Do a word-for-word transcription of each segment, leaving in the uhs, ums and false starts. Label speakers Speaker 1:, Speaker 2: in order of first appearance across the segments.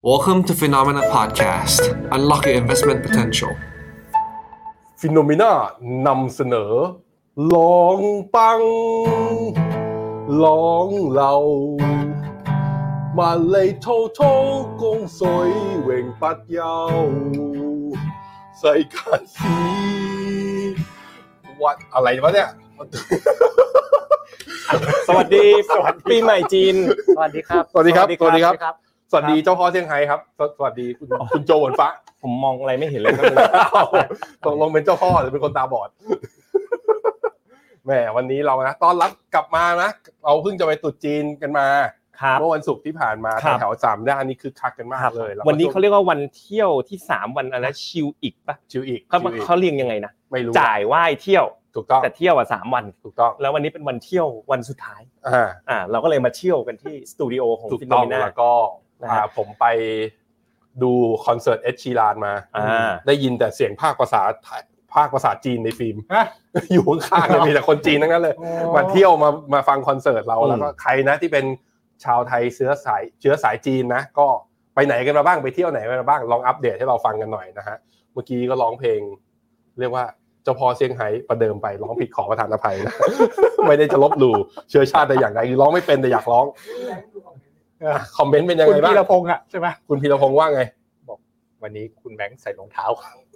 Speaker 1: Welcome to Phenomena Podcast. Unlock your investment potential.
Speaker 2: Phenomena นำเสนอลองปังลองเรามาเลยโทโทกงสวยเว่งปัดยาวใส่กันสีวัดอะไรวะเนี่ย
Speaker 3: สวัสดีสวัสดีปีใหม่จีนสวัสดีครับ
Speaker 2: สวัสดีครับสวัสดีครับสวัสดีเจ้าพ่อเซี่ยงไฮ้ครับสวัสดีคุณคุณโจหวนฟ้า
Speaker 3: ผมมองอะไรไม่เห็นเลยครับ
Speaker 2: ตกลงเป็นเจ้าพ่อหรือเป็นคนตาบอดแหมวันนี้เรานะต้อนรับกลับมานะเราเพิ่งจะไปตรุษจีนกันมาเมื่อวันศุกร์ที่ผ่านมาแถวสามย่านนี้คึกคักกันมากเลย
Speaker 3: วันนี้เขาเรียกว่าวันเที่ยวที่สามวันอะไรนะชิลอีกป่ะ
Speaker 2: ชิลอีก
Speaker 3: เขาเขาเรียกยังไงนะ
Speaker 2: ไม่รู้
Speaker 3: จ่ายไหว้เที่ยว
Speaker 2: ถูกต้อง
Speaker 3: แต่เที่ยวอ่ะสามวัน
Speaker 2: ถูกต้อง
Speaker 3: แล้ววันนี้เป็นวันเที่ยววันสุดท้าย
Speaker 2: อ่า
Speaker 3: อ่าเราก็เลยมาเที่ยวกันที่สตูดิโอของ
Speaker 2: Phenomena แล้วก็อ่าผมไปดูคอนเสิร์ตเอ็ดชีรานมาได้ยินแต่เสียงภาคภาษาภาคภาษาจีนในฟิล์มอยู่ข้างๆมีแต่คนจีนทั้งนั้นเลยมาเที่ยวมามาฟังคอนเสิร์ตเราแล้วก็ใครนะที่เป็นชาวไทยเชื้อสายเชื้อสายจีนนะก็ไปไหนกันมาบ้างไปเที่ยวไหนกันมาบ้างลองอัปเดตให้เราฟังกันหน่อยนะฮะเมื่อกี้ก็ร้องเพลงเรียกว่าเจ้าพ่อเซี่ยงไฮ้ประเดิมไปร้องผิดขอประทานอภัยนะไม่ได้จะลบหลู่เชื้อชาติแต่อย่างใดคือร้องไม่เป็นแต่อยากร้องคอมเมนต์เป็นยังไงบ้าง
Speaker 3: คุณพีรพงษ์อ่ะใช่ไหม
Speaker 2: คุณพีรพงษ์ว่าไง
Speaker 3: บอกวันนี้คุณแบงค์ใส่รองเท้า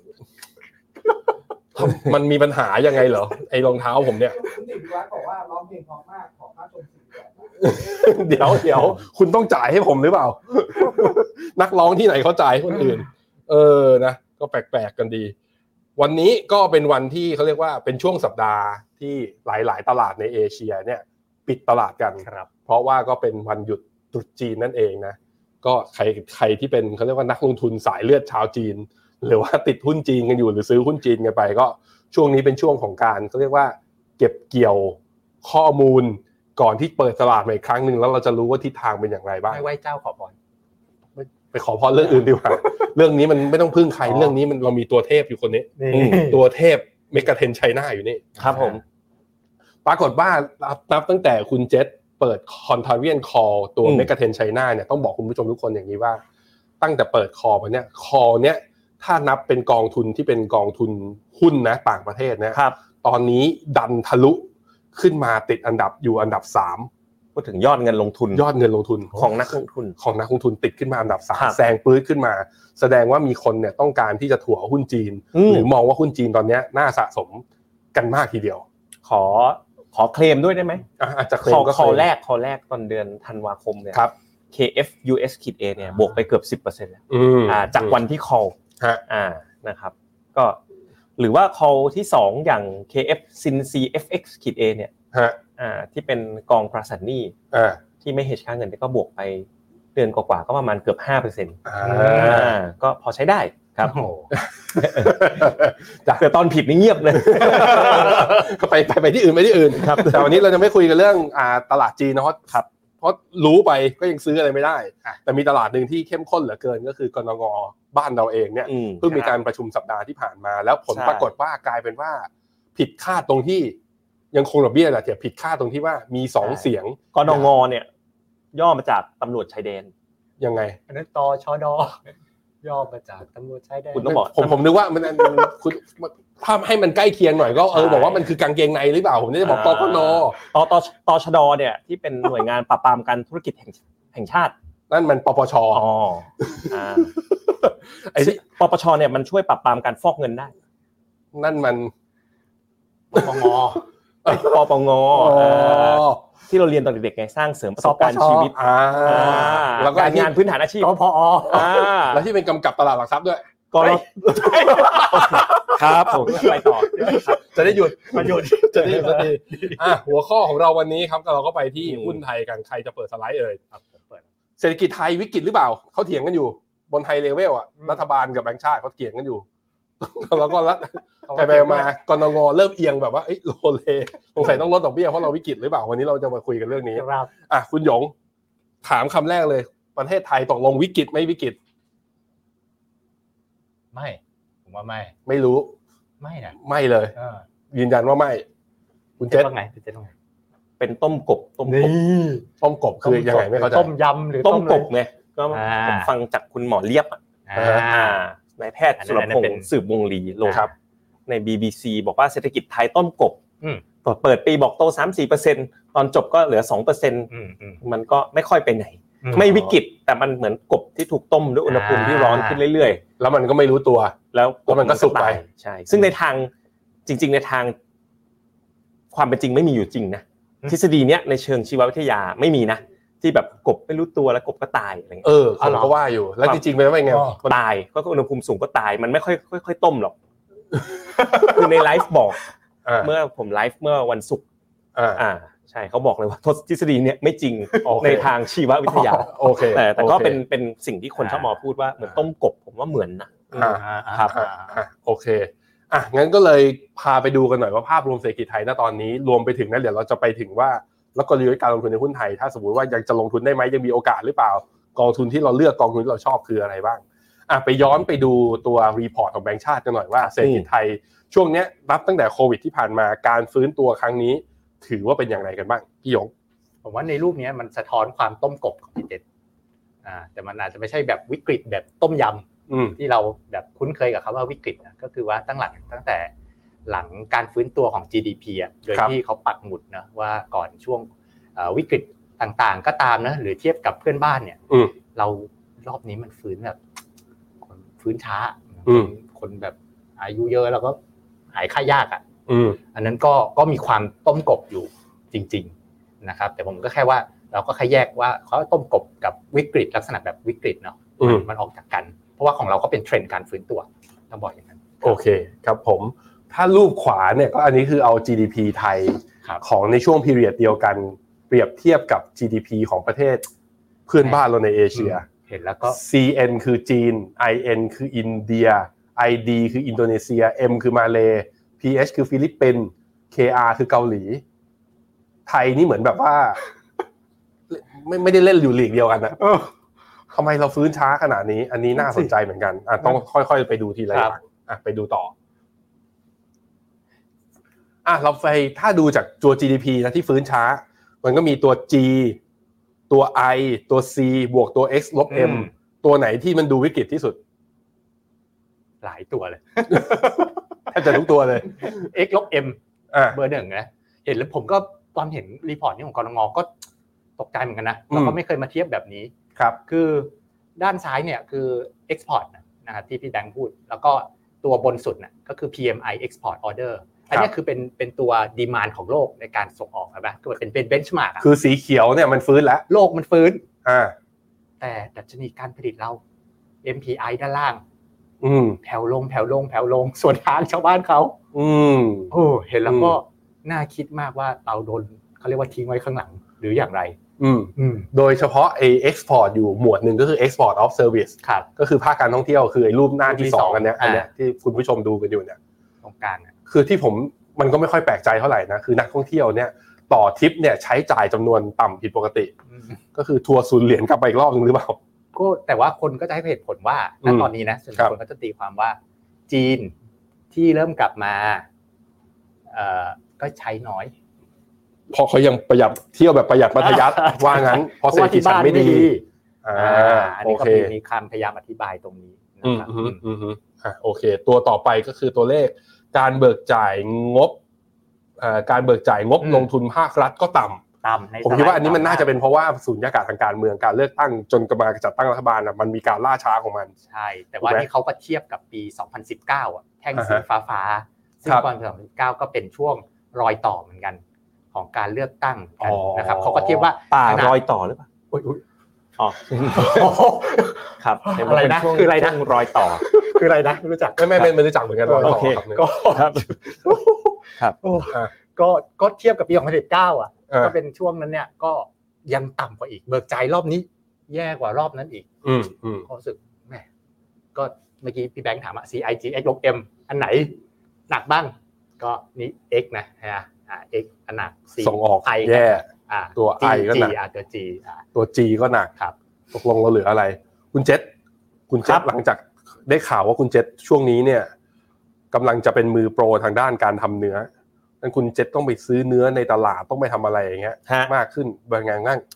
Speaker 2: มันมีปัญหายังไงเหรอไอ้รองเท้าผมเนี่ย
Speaker 4: คุณติวัฒน์บอกว่าร้องเพลงเพราะมากขอค่าชมสี่แสน
Speaker 2: เดี๋ยวเดี๋ยวคุณต้องจ่ายให้ผมหรือเปล่านักร้องที่ไหนเขาจ่ายให้คนอื่นเออนะก็แปลกๆกันดีวันนี้ก็เป็นวันที่เขาเรียกว่าเป็นช่วงสัปดาห์ที่หลายๆตลาดในเอเชียเนี่ยปิดตลาดกันครับเพราะว่าก็เป็นวันหยุดตรุษจีนนั่นเองนะก็ใครใครที่เป็นเขาเรียกว่านักลงทุนสายเลือดชาวจีนหรือว่าติดหุ้นจีนกันอยู่หรือซื้อหุ้นจีนกันไปก็ช่วงนี้เป็นช่วงของการเขาเรียกว่าเก็บเกี่ยวข้อมูลก่อนที่เปิดตลาดใหม่อีกครั้งนึงแล้วเราจะรู้ว่าทิศทางเป็นอย่างไรบ้าง
Speaker 3: ไม่ไหว้เจ้าขอพร
Speaker 2: ไปขอพรเรื่องอื่นดีกว่าเรื่องนี้มันไม่ต้องพึ่งใครเรื่องนี้มันเรามีตัวเทพอยู่คนนี้ตัวเทพเมกะเทรนด์ไชน่าอยู่นี่
Speaker 3: ครับผม
Speaker 2: ปรากฏว่านับตั้งแต่คุณเจษเปิด Contrarian Call ตัว Mega Trend China เนี่ยต้องบอกคุณผู้ชมทุกคนอย่างนี้ว่าตั้งแต่เปิด Call มาเนี่ย Call เนี่ยถ้านับเป็นกองทุนที่เป็นกองทุนหุ้นนะต่างประเทศนะครับตอนนี้ดันทะลุขึ้นมาติดอันดับอยู่อันดับสาม
Speaker 3: พูดถึงยอดเงินลงทุน
Speaker 2: ยอดเงินลงทุน
Speaker 3: ของนักลงทุน
Speaker 2: ของนักลงทุนติดขึ้นมาอันดับสามแซงปื๊ดขึ้นมาแสดงว่ามีคนเนี่ยต้องการที่จะถั่วหุ้นจีนหรือมองว่าหุ้นจีนตอนนี้น่าสะสมกันมากทีเดียว
Speaker 3: ขอขอเคลมด้วยได้ไหม
Speaker 2: อาจจะเคลมก็
Speaker 3: คอแรกคอแรกตอนเดือนธันวาคมเนี่ย เค เอฟ ยู เอส เอ เนี่ยบวกไปเกือบ สิบเปอร์เซ็นต์ แล้วอ่าจากวันที่ call
Speaker 2: ฮะ
Speaker 3: อ่านะครับก็หรือว่า call ที่สองอย่าง เค เอฟ ซิน ซี เอฟ เอ็กซ์ เอ เนี่ย
Speaker 2: ฮะ
Speaker 3: อ่าที่เป็นกองตราสารหนี้
Speaker 2: อ่า
Speaker 3: ที่ไม่เฮดค่าเงินก็บวกไปเดือนกว่าๆก็ประมาณเกือบ ห้าเปอร์เซ็นต์
Speaker 2: อ่า
Speaker 3: ก็พอใช้ได้ครับโอ้แต่ตอนผิดนี่เงียบเลย
Speaker 2: ก็ไปไปไปที่อื่นไปที่อื่นครับแต่วันนี้เราจะไม่คุยกันเรื่องอ่าตลาดจีนนะครับครับเพราะรู้ไปก็ยังซื้ออะไรไม่ได้แต่มีตลาดนึงที่เข้มข้นเหลือเกินก็คือกนง.บ้านเราเองเนี่ยเพิ่งมีการประชุมสัปดาห์ที่ผ่านมาแล้วผลปรากฏว่ากลายเป็นว่าผิดคาดตรงที่ยังคงดอกเบี้ยแหละแต่ผิดคาดตรงที่ว่ามีสองเสียง
Speaker 3: กนง.เนี่ยย่อมาจากตำรวจชายแดน
Speaker 2: ยังไง
Speaker 4: อันนั้นตชดย่อมาจากตำรวจชายแดน
Speaker 3: คุณต้องบอก
Speaker 2: ผมผมนึกว่ามันคุณถ้าให้มันใกล้เคียงหน่อยก็เออบอกว่ามันคือกางเกงในหรือเปล่าผมจะบอกตกน
Speaker 3: ตตตชดเนี่ยที่เป็นหน่วยงานปราบปรามการธุรกิจแห่งแห่งชาติ
Speaker 2: นั่นมันปปช
Speaker 3: อ๋ออ่าไอ้ปปชเนี่ยมันช่วยปราบปรามการฟอกเงินได้
Speaker 2: นั่นมัน
Speaker 3: ปปงปปงที่เราเรียนตอนเด็กๆไงสร้างเสริมประสบการณ์ชีวิตแล้วก็งานพื้นฐานอาชีพ
Speaker 2: พอแล้วที่เป็นกำกับตลาดหลักทรัพย์ด้วย
Speaker 3: ก็ครับผมไปต่อ
Speaker 2: จะได้หยุดมาหยุดจะได้หยุดสักทีอ่ะหัวข้อของเราวันนี้ครับเราก็ไปที่หุ้นไทยกันใครจะเปิดสไลด์เอ่ยเศรษฐกิจไทยวิกฤตหรือเปล่าเขาเถียงกันอยู่บนไฮเลเวลอ่ะรัฐบาลกับแบงก์ชาติเขาเถียงกันอยู่แล้วก็ละไปๆมากนง.เริ่มเอียงแบบว่าเอ้ยโลเลสงสัยต้องลดดอกเบี้ยเพราะเราวิกฤตหรือเปล่าวันนี้เราจะมาคุยกันเรื่องนี้อ่ะคุณหยงถามคำแรกเลยประเทศไทยตกลงวิกฤตไม่วิกฤต
Speaker 4: ไม่ผมว่าไม่
Speaker 2: ไม่รู้
Speaker 4: ไม่นะ
Speaker 2: ไม่เลยยืนยันว่าไม่คุณเจษ
Speaker 4: ว่าไงคุณเจษว่าไง
Speaker 3: เป็นต้มกบต้มกบ
Speaker 2: ต้มกบคือยังไงไม่เข้าใจ
Speaker 4: ต้มยำหรือ
Speaker 3: ต้มกบไงก็ก็ผมฟังจากคุณหมอเลียบอ่ะนายแพทย์สุรพงษ์สืบวงลีลงใน บี บี ซี บอกว่าเศรษฐกิจไทยต้มกบเปิดปีบอกโต สามถึงสี่เปอร์เซ็นต์ ตอนจบก็เหลือ สองเปอร์เซ็นต์ มันก็ไม่ค่อยไปไหนไม่วิกฤตแต่มันเหมือนกบที่ถูกต้มด้วยอุณหภูมิที่ร้อนขึ้นเรื่อยๆ
Speaker 2: แล้วมันก็ไม่รู้ตัว
Speaker 3: แล้ว
Speaker 2: มันก็สุกไป
Speaker 3: ใช่ซึ่งในทางจริงๆในทางความเป็นจริงไม่มีอยู่จริงนะทฤษฎีเนี้ยในเชิงชีววิทยาไม่มีนะที่แบบกบไม่รู้ตัวแล้วกบก็ตายอะไรเงี้ย
Speaker 2: เออคนก็ว่าอยู่แล้วจริงๆเป็นว่าไง
Speaker 3: ตายก็อุณหภูมิสูงก็ตายมันไม่ค่อยค่อยๆต้มหรอกคือในไลฟ์บอกเมื่อผมไลฟ์เมื่อวันศุกร์อ่าใช่เขาบอกเลยว่าทฤษฎีเนี้ยไม่จริงในทางชีววิทยา
Speaker 2: โอเค
Speaker 3: แต่แต่ก็เป็นเป็นสิ่งที่คนชอบมาพูดว่าเหมือนต้มกบผมว่าเหมือนนะครับ
Speaker 2: โอเคอ่ะงั้นก็เลยพาไปดูกันหน่อยว่าภาพรวมเศรษฐกิจไทยณตอนนี้รวมไปถึงนะเดี๋ยวเราจะไปถึงว่าแล้วกลยุทธ์การลงทุนในหุ้นไทยถ้าสมมุติว่ายังจะลงทุนได้ไหมยังมีโอกาสหรือเปล่ากองทุนที่เราเลือกกองทุนที่เราชอบคืออะไรบ้างอ่ะไปย้อนไปดูตัวรีพอร์ตของแบงก์ชาติกันหน่อยว่าเศรษฐกิจไทยช่วงนี้นับตั้งแต่โควิดที่ผ่านมาการฟื้นตัวครั้งนี้ถือว่าเป็นอย่างไรกันบ้างพี่หยง
Speaker 5: ผมว่าในรูปนี้มันสะท้อนความต้มกบของพี่เจษอ่าแต่มันอาจจะไม่ใช่แบบวิกฤตแบบต้มยำที่เราแบบคุ้นเคยกับคำว่าวิกฤตนะก็คือว่าตั้งหลังตั้งแต่หลังการฟื้นตัวของ จี ดี พี อ่ะโดยที่เขาปักหมุดนะว่าก่อนช่วงวิกฤตต่างๆก็ตามนะหรือเทียบกับเพื่อนบ้านเนี่ยเรารอบนี้มันฟื้นแบบคนฟื้นช้าคนแบบอายุเยอะแล้วก็หายค่ายากอ่ะอันนั้นก็ก็มีความต้มกบอยู่จริงๆนะครับแต่ผมก็แค่ว่าเราก็แค่แยกว่าเขาต้มกบกับวิกฤตลักษณะแบบวิกฤตเนาะมันออกจากกันเพราะว่าของเราก็เป็นเทรนด์การฟื้นตัวต้องบอกอย่างนั้น
Speaker 2: โอเคครับผมถ้ารูปขวาเนี่ยก็อันนี้คือเอา จี ดี พี ไทยของในช่วงพีเรียดเดียวกันเปรียบเทียบกับ จี ดี พี ของประเทศเพื่อนบ้านเราในเอเชีย
Speaker 5: เห็นแล้วก็
Speaker 2: ซี เอ็น คือจีน ไอ เอ็น คืออินเดีย ไอ ดี คืออินโดนีเซีย M คือมาเลย์ พี เอช คือฟิลิปปินส์ เค อาร์ คือเกาหลีไทยนี่เหมือนแบบว่าไม่ไม่ได้เล่นอยู่ลีกเดียวกันนะทำไมเราฟื้นช้าขนาดนี้อันนี้น่าสนใจเหมือนกันอ่ะต้องค่อยๆไปดูทีละอย่างอ่ะไปดูต่ออ่ะเราไปถ้าดูจากตัว จี ดี พี นะที่ฟื้นช้ามันก็มีตัว G ตัว I ตัว C บวกตัว X ลบ M ตัวไหนที่มันดูวิกฤตที่สุด
Speaker 5: หลายตัวเลย
Speaker 2: แทบจะทุกตัวเลย
Speaker 5: X ลบ M อ่าเบอร์หนึ่งนะเห็นแล้วผมก็ตอนเห็นรีพอร์ตนี้ของกนง.ก็ตกใจเหมือนกันนะเราก็ไม่เคยมาเทียบแบบนี้
Speaker 2: ครับ
Speaker 5: คือด้านซ้ายเนี่ยคือ export นะครับที่พี่แบงค์พูดแล้วก็ตัวบนสุดน่ะก็คือ พี เอ็ม ไอ export order อันนี้คือเป็นเป็นตัวดีมานด์ของโลกในการส่งออกใช่ป่ะคือเป็นเป็นเบนช์มาร์ก
Speaker 2: คือสีเขียวเนี่ยมันฟื้นแล้ว
Speaker 5: โลกมันฟื้น
Speaker 2: อ่า
Speaker 5: แต่ดัชนีการผลิตเรา เอ็ม พี ไอ ด้านล่าง
Speaker 2: อืม
Speaker 5: แผ่วลงแผ่วลงแผ่วลงส่วนทางชาวบ้านเขา
Speaker 2: อืม
Speaker 5: โอ้เห็นแล้วก็น่าคิดมากว่าเราโดนเขาเรียกว่าทิ้งไว้ข้างหลังหรืออย่างไร
Speaker 2: อืมอืมโดยเฉพาะไอ้ export อยู่หมวดหนึ่งก็คือ export of service
Speaker 5: ครับ
Speaker 2: ก็คือภาคการท่องเที่ยวคือไอ้รูปหน้าที่สองอันเนี้ยอันเนี้ยที่คุณผู้ชมดูกันอยู่เนี่ย
Speaker 5: ตรงกลางเนี่ย
Speaker 2: คือที่ผมมันก็ไม่ค่อยแปลกใจเท่าไหร่นะคือนักท่องเที่ยวเนี่ยต่อทริปเนี่ยใช้จ่ายจำนวนต่ำผิดปกติก็คือทัวร์ศูนย์เหรียญกลับไปอีกรอบนึงหรือเปล่า
Speaker 5: ก็แต่ว่าคนก็จะให้เหตุผลว่าณตอนนี้นะส่วนคนก็จะตีความว่าจีนที่เริ่มกลับมาเอ่อก็ใช้น้อย
Speaker 2: เพราะเขายังประหยัดเที่ยวแบบประหยัดมัธยัสถ์ว่างั้นเพราะเศรษฐกิจฉันไม่ดี
Speaker 5: อ่าอันนี้ก็มีคำพยายามอธิบายตรงนี้นะครับ
Speaker 2: อืมอืมอ่ะโอเคตัวต่อไปก็คือตัวเลขการเบิกจ่ายงบเอ่อการเบิกจ่ายงบลงทุนภาครัฐก็ต่ำ
Speaker 5: ต่ำใน
Speaker 2: ผมคิดว่าอันนี้มันน่าจะเป็นเพราะว่าสุญญากาศทางการเมืองการเลือกตั้งจนกำลังจัดตั้งรัฐบาลน่ะมันมีการล่าช้าของมัน
Speaker 5: ใช่แต่ว่านี่เขาก็เทียบกับปีสองพันสิบเก้าอ่ะแท่งสีฟ้าๆซึ่งตอนปีสองพันสิบเก้าก็เป็นช่วงรอยต่อเหมือนกันของการเลือกตั้งกันนะครับเขาก็เทียบว่า
Speaker 3: ป่ารอยต่อหรือเปล่า
Speaker 5: อุ๊ย
Speaker 3: อ๋อครับ
Speaker 5: อะไรนะคืออะไรนะ
Speaker 3: รอยต่อ
Speaker 5: คืออะไรนะไม่รู้จัก
Speaker 2: ไม่ไม่ไม่รู้จักเหมือนกันรอยต่อ
Speaker 5: ก็
Speaker 3: ครับ
Speaker 5: ครับก็ก็เทียบกับปีสองพันสิบเก้าอ่ะก็เป็นช่วงนั้นเนี่ยก็ยังต่ำกว่าอีกเบิกจ่ายรอบนี้แย่กว่ารอบนั้นอีก
Speaker 2: อืมอืม
Speaker 5: รู้สึกแหมก็เมื่อกี้พี่แบงค์ถามอ่ะ ซี ไอ จี X ลบ M อันไหนหนักบ้างก็นี่ X นะฮะอ่า X อันหนัก C
Speaker 2: ส่งออกแย่ตัว I ก็หนัก
Speaker 5: ตัว G อ่า
Speaker 2: ตัว G ก็หนัก
Speaker 5: ครับ
Speaker 2: ตกลงเราเหลืออะไรคุณเจษคุณเจษหลังจากได้ข่าวว่าคุณเจษช่วงนี้เนี่ยกำลังจะเป็นมือโปรทางด้านการทำเนื้อนั้นคุณเจษต้องไปซื้อเนื้อในตลาดต้องไปทำอะไรอย่างเงี้ยมากขึ้นบางงานงั้น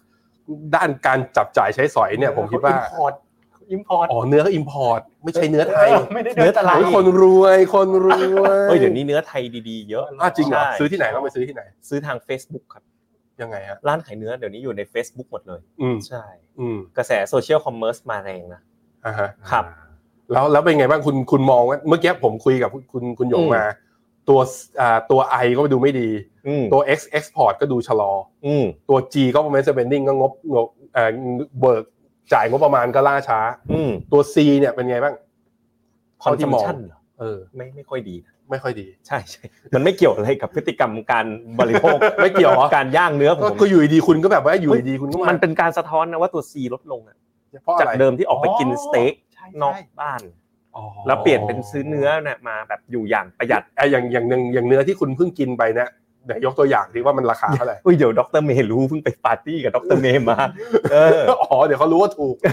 Speaker 2: ด้านการจับจ่ายใช้สอยเนี่ยผมคิดว่า
Speaker 5: import import
Speaker 2: อ๋อเนื้อก็ import ไม่ใช่เนื้อไทย
Speaker 5: ไม่ได้เนื้อตลาด
Speaker 2: คนรวยคนรวย
Speaker 3: เฮ้ยเดี๋ยวนี้เนื้อไทยดีๆเยอะ
Speaker 2: อ่ะจริงเหรอซื้อที่ไหนต้องไปซื้อที่ไหน
Speaker 3: ซื้อทาง Facebook ครับ
Speaker 2: ยังไงฮะ
Speaker 3: ร้านขายเนื้อเดี๋ยวนี้อยู่ใน Facebook หมดเลย
Speaker 2: อืม
Speaker 3: ใช่
Speaker 2: อืม
Speaker 3: กระแสโซเชียลคอมเมอร์สมาแรงนะ
Speaker 2: อ่าฮะ
Speaker 3: ครับ
Speaker 2: แล้วแล้วเป็นไงบ้างคุณคุณมองว่าเมื่อกี้ผมคุยกับคุณคุณหยงมาตัวอ่าตัว I ก็ดูไม่ดีตัว X export ก็ดูชะลอตัว G government spending ก็งบงบเอ่อเบิกจ่ายงบประมาณก็ล่าช้าตัว C เนี่ยเป็นไงบ้าง
Speaker 3: consumption เหรอเออไม่ไม่ค่อยดี
Speaker 2: ไม่ค่อยดี
Speaker 3: ใช่ๆมันไม่เกี่ยวอะไรกับพฤติกรรมการบริโภค
Speaker 2: ไม่เกี่ยวเหรอ
Speaker 3: การย่างเนื้อผม
Speaker 2: ก็อยู่ดีๆคุณก็แบบว่าอยู่ดีๆคุณก็
Speaker 3: มันเป็นการสะท้อนนะว่าตัว C ลดลงอ่ะจากเดิมที่ออกไปกินสเต็กนอกบ้านแล้วเปลี่ยนเป็นซื้อเนื้อเนี่ยมาแบบอยู่อย่างประหยัด
Speaker 2: ไอ้อย่างอย่างนึงอย่างเนื้อที่คุณเพิ่งกินไปเนี่ยเดี๋ยวยกตัวอย่างดิว่ามันราคาเท่าไหร่
Speaker 3: อุ้ยเดี๋ยวดร.เมย์รู้เพิ่งไปปาร์ตี้กับดร.เมย์มาเออ
Speaker 2: อ๋อเดี๋ยวเขารู้ว่าถูก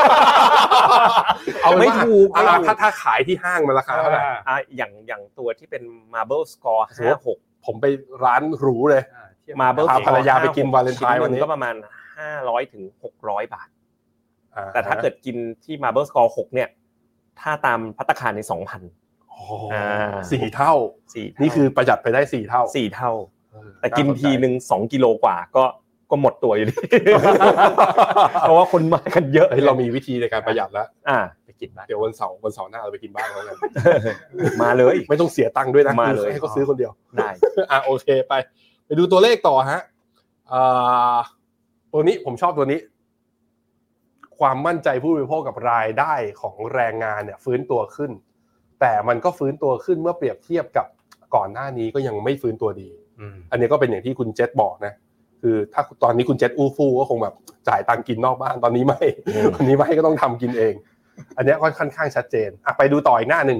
Speaker 3: เอาไม่ถูก
Speaker 2: ถ้าถ้าขายที่ห้างมันราคาเท่าไหร่
Speaker 3: อ่ะอย่างอย่างตัวที่เป็น Marble Score ห้าหก
Speaker 2: ผมไปร้านหรูเลย
Speaker 3: Marble
Speaker 2: พาภรรยาไปกินวาเลนไทน์วันนี้
Speaker 3: ก็ประมาณห้าร้อยถึงหกร้อยบาทแต่ถ้าเกิดกินที่ Marble Score หกเนี่ยถ้าตามภัตตาคารใน สองพัน
Speaker 2: อ่าสี่เท่านี่คือประหยัดไปได้สี่เท่า
Speaker 3: สี่เท่าแต่กินทีนึงสองกิโลกว่าก็ก็หมดตัวอยู่ดีเพราะว่าคนมากันเยอะ
Speaker 2: เรามีวิธีในการประหยัดแล้ว
Speaker 3: อ่า
Speaker 2: ไปกินบ้านเดี๋ยววันเสาร์วันเสาร์หน้าเราไปกินบ้านเขากัน
Speaker 3: มาเลย
Speaker 2: ไม่ต้องเสียตังค์ด้วยนะให้เขาซื้อคนเดียว
Speaker 3: ได้
Speaker 2: อ่ะโอเคไปไปดูตัวเลขต่อฮะอ่าตัวนี้ผมชอบตัวนี้ความมั่นใจผู้บริโภคกับรายได้ของแรงงานเนี่ยฟื้นตัวขึ้นแต่มันก็ฟื้นตัวขึ้นเมื่อเปรียบเทียบกับก่อนหน้านี้ก็ยังไม่ฟื้นตัวดีอันนี้ก็เป็นอย่างที่คุณเจษบอกนะคือถ้าตอนนี้คุณเจษอู้ฟู่ก็คงแบบจ่ายตังค์กินนอกบ้านตอนนี้ไม่ตอนนี้ไม่ก็ต้องทำกินเองอันนี้ก็ค่อนข้างชัดเจนอ่ะไปดูต่ออีกหน้านึง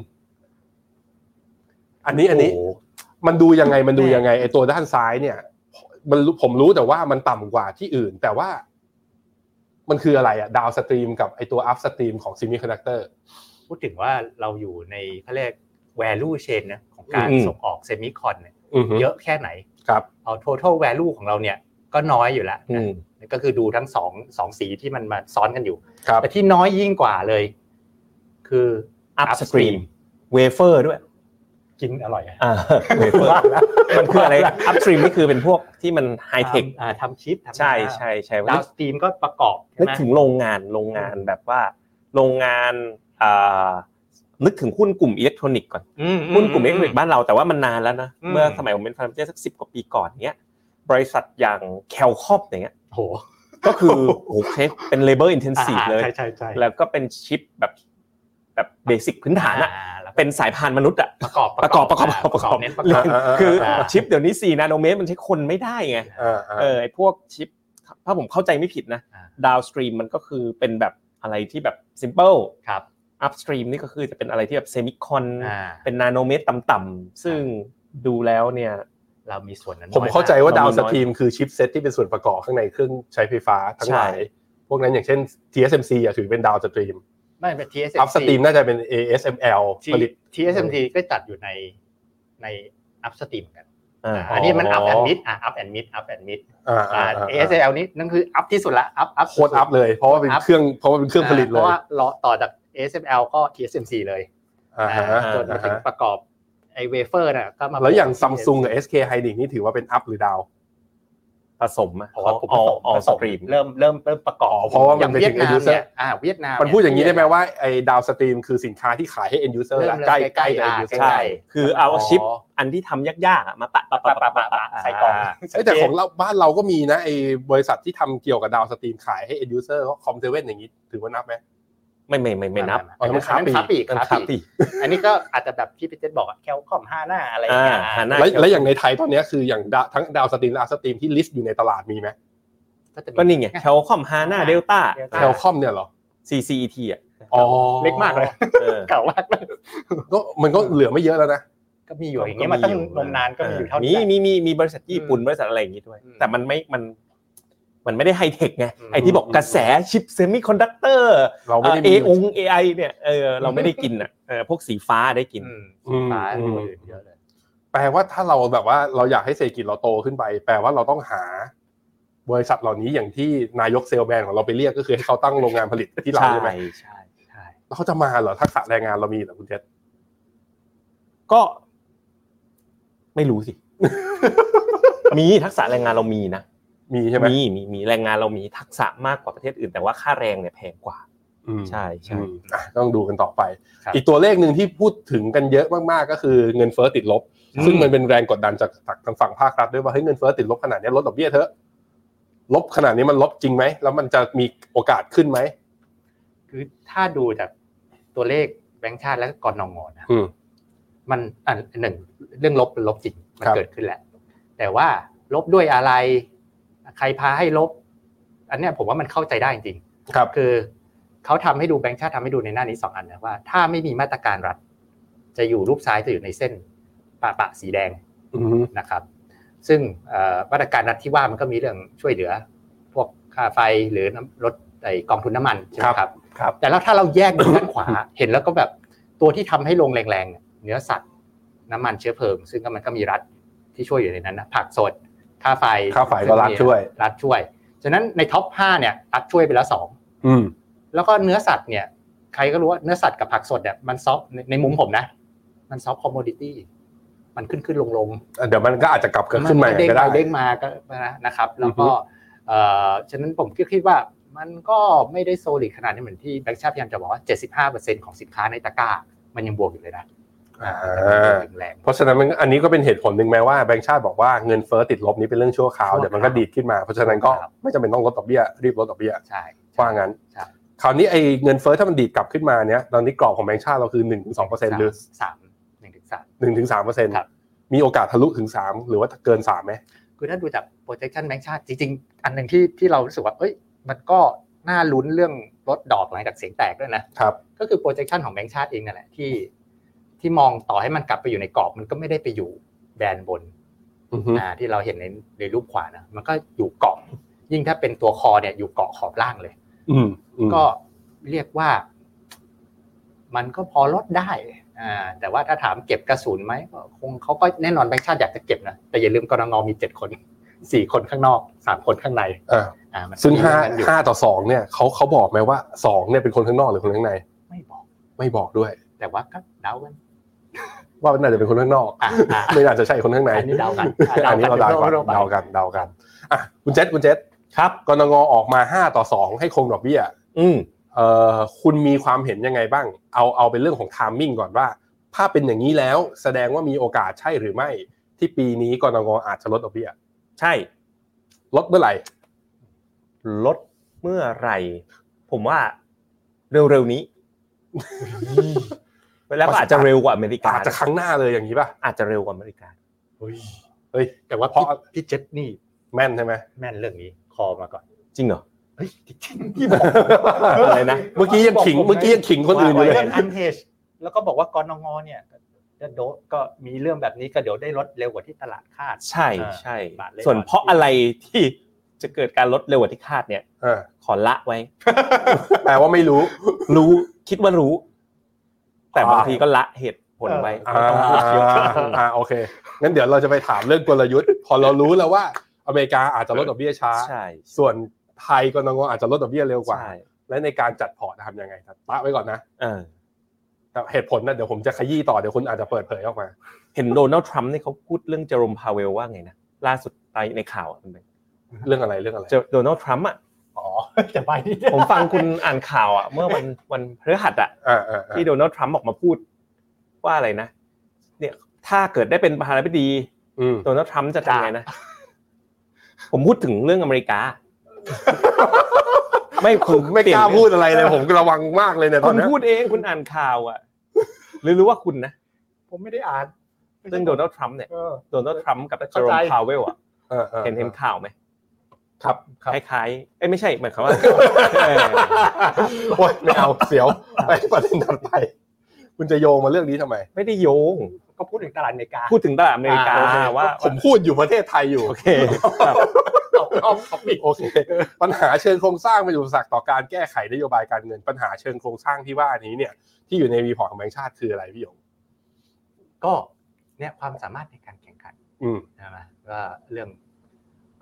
Speaker 2: อันนี้อันนี้มันดูยังไงมันดูยังไงไอ้ตัวด้านซ้ายเนี่ยมันผมรู้แต่ว่ามันต่ำกว่าที่อื่นแต่ว่ามันคืออะไรอ่ะดาวสตรีมกับไอ้ตัวอัพสตรีมของซิมิคอนดักเตอร์
Speaker 5: พูดถึงว่าเราอยู่ในเขาเรียก value chain นะของการส่งออกเซมิคอนเนี่ยเยอะแค่ไหน
Speaker 2: ครับ
Speaker 5: เอา total value ของเราเนี่ยก็น้อยอยู่แล้วนะก็คือดูทั้งสอง สองสีที่มันมาซ้อนกันอยู่แต่ที่น้อยยิ่งกว่าเลยคือ
Speaker 3: upstream wafer ด้วย
Speaker 5: กินอร่อยอ่
Speaker 3: า wafer มันคืออะไร upstream นี่คือเป็นพวกที่มันไฮเทค
Speaker 5: อ่าทำชิป
Speaker 3: ใช่ใช่ใช่
Speaker 5: downstream ก็ประกอบ
Speaker 3: นึกถึงโรงงานโรงงานแบบว่าโรงงานอ่านึกถึงหุ้นกลุ่มอิเล็กทรอนิกส์ก่อนหุ้นกลุ่มอิเล็กทรอนิกส์บ้านเราแต่ว่ามันนานแล้วนะเมื่อสมัยผมเป็นฟันเจสักสิบกว่าปีก่อนเนี้ยบริษัทอย่าง Qualcomm อย่างเงี้ย
Speaker 5: โห
Speaker 3: ก็คือโอ้เทคเป็น labor intensive เลย
Speaker 5: ใช่ๆๆ
Speaker 3: แล้วก็เป็นชิปแบบแบบเบสิกพื้นฐานอ่ะเป็นสายพานมนุษย์อ่ะ
Speaker 5: ประกอบ
Speaker 3: ประกอบประกอบประกอบคือชิปเดี๋ยวนี้สี่นาโนเมตรมันใช้คนไม่ได้ไงเออไอ้พวกชิปถ้าผมเข้าใจไม่ผิดนะ downstream มันก็คือเป็นแบบอะไรที่แบบ simple
Speaker 5: ครับ
Speaker 3: upstream นี่ก็คือจะเป็นอะไรที่แบบเซมิคอนเป็นนาโนเมตรต่ำๆซึ่งดูแล้วเนี่ย
Speaker 5: เรามีส่วนนั้น
Speaker 2: ผมเข้าใจว่าดาวสตรีมคือชิปเซตที่เป็นส่วนประกอบข้างในเครื่องใช้ไฟฟ้าทั้งหลายพวกนั้นอย่างเช่น ที เอส เอ็ม ซี อ่ะถือเป็นดาวสตรีม
Speaker 5: ไม่เป็น ที เอส เอ็ม ซี
Speaker 2: อัพสตรีมน่าจะเป็น เอ เอส เอ็ม แอล ผลิต
Speaker 5: ที เอส เอ็ม ซี ก็จัดอยู่ในในอัพสตรีมกันอันนี้มัน up and mid อ่ะ up and mid up and mid อ่า เอ เอส แอล นี่นั่นคือ up ที่สุดละ up up
Speaker 2: โคตร up เลยเพราะว่าเป็นเครื่องเพราะว่าเป็นเครื่องผลิตเลย
Speaker 5: เพราะว่าต่อจาก เอ เอส เอ็ม แอล ก็ ที เอส เอ็ม ซี เลยอ่าจนถึงประกอบไอ้เวเฟอร์น่ะก็มา
Speaker 2: แล้วอย่าง Samsung กับ เอส เค Hynix นี่ถือว่าเป็น up หรือ down
Speaker 3: ผสมอ่ะ
Speaker 5: เพราะว่าผมผสมผสมเริ่มเริ่มเริ่มประกอบ
Speaker 2: เพราะว่ามันเป็น
Speaker 5: เวียดนามเนี่ยอ่าเวียดนาม
Speaker 2: มันพูดอย่างนี้ได้ไหมว่าไอ้ดาวสตรีมคือสินค้าที่ขายให้ end user ใกล้ใกล้กับ end user
Speaker 3: ใช่คือเอาชิปอันที่ทำยากๆมาปะปะปะปะ
Speaker 5: ใส่กล่อง
Speaker 2: แต่ของเราบ้านเราก็มีนะไอ้บริษัทที่ทำเกี่ยวกับดาวสตรีมขายให้ end user ก็คอมเซเว่นอย่างนี้ถือว่านับไหม
Speaker 3: ไม่ไม่ไม่ไม่นับ
Speaker 2: อ๋อมันค้าปีก
Speaker 5: ค้าปีกอันนี้ก็อาจจะแบบที่พี่เจษบอกอ่ะแคลคอมห้าหน้าอะไรอย่างเงี้ย
Speaker 2: แล้วแล้วอย่างในไทยตอนนี้คืออย่างทั้งดาวสตรีมและอัพสตรีมที่ลิสต์อยู่ในตลาดมีไหม
Speaker 3: ก็นี่ไงแคลคอม Hana Delta
Speaker 2: แคลคอมเนี่ยเหรอ
Speaker 3: ซี ซี อี ที อ่ะ
Speaker 2: อ๋อ
Speaker 5: เล็กมากเลยเก่ามาก
Speaker 2: ก็มันก็เหลือไม่เยอะแล้วนะ
Speaker 5: ก็มีอยู่อย่างเงี้ยมาตั้งนมนานก็มีอยู่เท่านี้
Speaker 3: มีมีมีบริษัทญี่ปุ่นบริษัทอะไรอย่างงี้ด้วยแต่มันไม่มันมันไม่ได้ไฮเทคไงไอ้ที่บอกกระแสชิปเซมิคอนดักเตอร์เราไม่ได้มี เอ ไอ เอ ไอ เนี่ยเออเราไม่ได้กินอ่ะเออพวกสีฟ้าได้กิน
Speaker 5: สีฟ้าเยอะเลย
Speaker 2: แปลว่าถ้าเราแบบว่าเราอยากให้เศรษฐกิจเราโตขึ้นไปแปลว่าเราต้องหาบริษัทเหล่านี้อย่างที่นายกเซลแบนของเราไปเรียกก็คือให้เขาตั้งโรงงานผลิตที่เราใช่ไหม
Speaker 3: ใช่ใช่
Speaker 2: แล้วเขาจะมาเหรอทักษะแรงงานเรามีเหรอคุณเจษ
Speaker 3: ก็ไม่รู้สิ มีทักษะแรงงานเรามีนะ
Speaker 2: มีใช่ไหม
Speaker 3: มีมีมีแรงงานเรามีทักษะมากกว่าประเทศอื่นแต่ว่าค่าแรงเนี่ยแพงกว่าใช่ใช่
Speaker 2: ต้องดูกันต่อไปอีกตัวเลขนึงที่พูดถึงกันเยอะมากๆก็คือเงินเฟ้อติดลบซึ่งมันเป็นแรงกดดันจากทางฝั่งภาครัฐด้วยว่าเฮ้ยเงินเฟ้อติดลบขนาดนี้ลดดอกเบี้ยเถอะลบขนาดนี้มันลบจริงไหมแล้วมันจะมีโอกาสขึ้นไหม
Speaker 5: คือถ้าดูจากตัวเลขแบงก์ชาติและกนง.นะมันอันหนึ่งเรื่องลบเป็นลบจริงมันเกิดขึ้นแหละแต่ว่าลบด้วยอะไรใครพาให้ลบอันนี้ผมว่ามันเข้าใจได้จริง
Speaker 2: ๆครับ
Speaker 5: คือเขาทำให้ดูแบงก์ชาติทำให้ดูในหน้านี้สองอันนะว่าถ้าไม่มีมาตรการรัฐจะอยู่รูปซ้ายจะอยู่ในเส้นปะปะสีแดงนะครับซึ่งมาตรการรัฐที่ว่ามันก็มีเรื่องช่วยเหลือพวกค่าไฟหรือลดไอ้กองทุนน้ำมันใช่ไหมครับแต่แล้วถ้าเราแยกดูด้านขวาเห็นแล้วก็แบบตัวที่ทำให้ลงแรงๆเนื้อสัตว์น้ำมันเชื้อเพลิงซึ่งก็มันก็มีรัฐที่ช่วยอยู่ในนั้นนะผักสดค่าไฟ
Speaker 2: ค่าไฟก็รัฐช่วย
Speaker 5: รัฐช่วยฉะนั้นในท็อปห้าเนี่ยรัฐช่วยไปแล้วสอง
Speaker 2: อืม
Speaker 5: แล้วก็เนื้อสัตว์เนี่ยใครก็รู้ว่าเนื้อสัตว์กับผักสดเนี่ยมันซอฟในมุมผมนะมันซอฟคอมโมดิตี้มันขึ้นขึ้นลงลง
Speaker 2: เดี๋ยวมันก็อาจจะกลับขึ้นมา
Speaker 5: ก็ได้เด้งมาก็นะครับแล้วก็เอ่อฉะนั้นผมคิดว่ามันก็ไม่ได้โซลิดขนาดนี้เหมือนที่แบงก์ชาติพยายามจะบอกว่า เจ็ดสิบห้าเปอร์เซ็นต์ ของสินค้าในตะกร้ามันยังบวกอยู่เลยนะ
Speaker 2: เพราะฉะนั้นอันนี้ก็เป็นเหตุผลหนึ่งแม้ว่าแบงก์ชาติบอกว่าเงินเฟ้อติดลบนี้เป็นเรื่องชั่วคราวเดี๋ยวมันก็ดีดขึ้นมาเพราะฉะนั้นก็ไม่จำเป็นต้องลดดอกเบี้ยรีบลดดอกเบี้ย
Speaker 5: ใช่
Speaker 2: ว่างั้นคราวนี้ไอ้เงินเฟ้อถ้ามันดีดกลับขึ้นมาเนี้ยตอนนี้กรอบของแบงก์ชาติเราคือ หนึ่งถึงสองเปอร์เซ็นต์ หรือ
Speaker 5: สาม หนึ่งถึงสาม
Speaker 2: หนึ่งถึงสามเปอร์เซ็นต์ มีโอกาสทะลุถึงสามหรือว่าเกินสามมั้ย
Speaker 5: คือถ้าดูจาก projection แบงก์ชาติจริงๆอันนึงที่ที่เรารู้สึกว่าเอ้ยมันก็น่าลุ้นเรื่องลดดอกหลังจากเสียงแตกด้วยนะครับก็คือ projection ของแบงก์ชาติเองนั่นแหละที่ที่มองต่อให้มันกลับไปอยู่ในกรอบมันก็ไม่ได้ไปอยู่แบนบนอ่าที่เราเห็นในในรูปขวานะมันก็อยู่เกาะยิ่งถ้าเป็นตัวคอเนี่ยอยู่เกาะขอบล่างเลย
Speaker 2: อืม
Speaker 5: ก็เรียกว่ามันก็พอลดได้อ่าแต่ว่าถ้าถามเก็บกระสุนไหมก็คงเขาก็แน่นอนแบงก์ชาติอยากจะเก็บนะแต่อย่าลืมกนง.มีเจ็ดคนสี่คนข้างนอกสามคนข้างใน
Speaker 2: อ่าอ่าซึ่งห้า ห้าต่อสองเนี่ยเขาเขาบอกมั้ยว่าสองเนี่ยเป็นคนข้างนอกหรือคนข้างใน
Speaker 5: ไม่บอก
Speaker 2: ไม่บอกด้วย
Speaker 5: แต่ว่าก็เดากัน
Speaker 2: ว่าน่าจะเป็นคนข้างนอกไม่น่าจะใช่คนข้างใน
Speaker 5: อันนี้เดากัน
Speaker 2: อันนี้เราเดากันเดากันเดากันอ่ะคุณเจษคุณเจษ
Speaker 3: ครับ
Speaker 2: กนง.ออกมาห้าต่อสองให้คงดอกเบี้ย
Speaker 3: อืม
Speaker 2: เอ่อคุณมีความเห็นยังไงบ้างเอาเอาเป็นเรื่องของไทมิ่งก่อนว่าถ้าเป็นอย่างนี้แล้วแสดงว่ามีโอกาสใช่หรือไม่ที่ปีนี้กนง.อาจจะลดดอกเบี้ย
Speaker 3: ใช่
Speaker 2: ลดเมื่อไหร่
Speaker 3: ลดเมื่อไหร่ผมว่าเร็วๆนี้แล้วก็อาจจะเร็วกว่าอเมริกา
Speaker 2: อาจจะครั้งหน้าเลยอย่างนี้ป่ะ
Speaker 3: อาจจะเร็วกว่าอเมริกา
Speaker 2: เฮ้ยเฮ้ย
Speaker 5: แต่ว่าเพราะพี่เจษนี่
Speaker 2: แม่นใช่มั้ย
Speaker 5: แม่นเรื่องนี้คอมาก่อน
Speaker 3: จริงเหรอ
Speaker 5: เฮ้ยจริงพี่บอก
Speaker 3: อะไรนะ
Speaker 2: เมื่อกี้ยังขิงเมื่อกี้ยังขิงคนอื่นอยู่เลย
Speaker 5: อันเฮจแล้วก็บอกว่ากนง.เนี่ยจะโดก็มีเรื่องแบบนี้ก็เดี๋ยวได้ลดเร็วกว่าที่ตลาดคาด
Speaker 3: ใช่ๆส่วนเพราะอะไรที่จะเกิดการลดเร็วกว่าที่คาดเนี่ย
Speaker 2: เออ
Speaker 3: ขอละไว้
Speaker 2: แปลว่าไม่รู้
Speaker 3: รู้คิดว่ารู้แต่บางทีก็ละเหตุผลไว้
Speaker 2: ไม่ต้องพูดเยอะอ่าโอเคงั้นเดี๋ยวเราจะไปถามเรื่องกลยุทธ์พอเรารู้แล้วว่าอเมริกาอาจจะลดดอกเบี้ยช้า
Speaker 3: ใช่
Speaker 2: ส่วนไทยกนง.อาจจะลดดอกเบี้ยเร็วกว่าและในการจัดพอร์ตทำยังไงครับตะไว้ก่อนนะ
Speaker 3: เออ
Speaker 2: แต่เหตุผลน่ะเดี๋ยวผมจะขยี้ต่อเดี๋ยวคุณอาจจะเปิดเผยออกมา
Speaker 3: เห็นโดนัลด์ทรัมป์นี่เขาพูดเรื่องเจอโรมพาเวลว่าไงนะล่าสุดในข่าว
Speaker 2: เรื่องอะไรเรื่องอะไร
Speaker 3: โดนัลด์ทรัมป์อ่ะ
Speaker 5: อ๋อจะไป
Speaker 3: ผมฟังคุณอ่านข่าวอ่ะเมื่อวันวันพฤหัสอ่ะที่โดนัลด์ทรัมป์ออกมาพูดว่าอะไรนะเนี่ยถ้าเกิดได้เป็นประธานาธิบดีโดนัลด์ทรัมป์จะทำไงนะผมพูดถึงเรื่องอเมริกา
Speaker 2: ไม่ผมไม่กล้าพูดอะไรเลยผมระวังมากเลยเนี่ยตอนนี้
Speaker 3: คุณพูดเองคุณอ่านข่าวอ่ะหรือรู้ว่าคุณนะ
Speaker 5: ผมไม่ได้อ่าน
Speaker 3: เรื่องโดนัลด์ทรัมป์เนี่ยโดนัลด์ทรัมป์กับเจอโรมพาวเวลอ่ะเห็นเห็นข่าวไหม
Speaker 2: ครับ
Speaker 3: คล้ายๆเอ้ยไม่ใช่หมายความว่า
Speaker 2: โอ๊ยไม่เอาเสียวไปประเด็นถัดไปคุณจะโยงมาเรื่องนี้ทำไม
Speaker 3: ไม่ได้โยง
Speaker 5: ก็พูดถึงตลาดอเมริกา
Speaker 3: พูดถึงตลาดอเมริกาว่า
Speaker 2: ผมพูดอยู่ประเทศไทยอยู่
Speaker 3: โอเค
Speaker 2: ออฟท็อปิกโอเคปัญหาเชิงโครงสร้างเป็นอุปสรรคต่อการแก้ไขนโยบายการเงินปัญหาเชิงโครงสร้างที่ว่านี้เนี่ยที่อยู่ในรีพอร์ตของแบงก์ชาติคืออะไรพี่หยง
Speaker 5: ก็เนี่ยความสามารถในการแข่งขัน
Speaker 2: อืม
Speaker 5: ใช่มั้ยว่าเรื่องก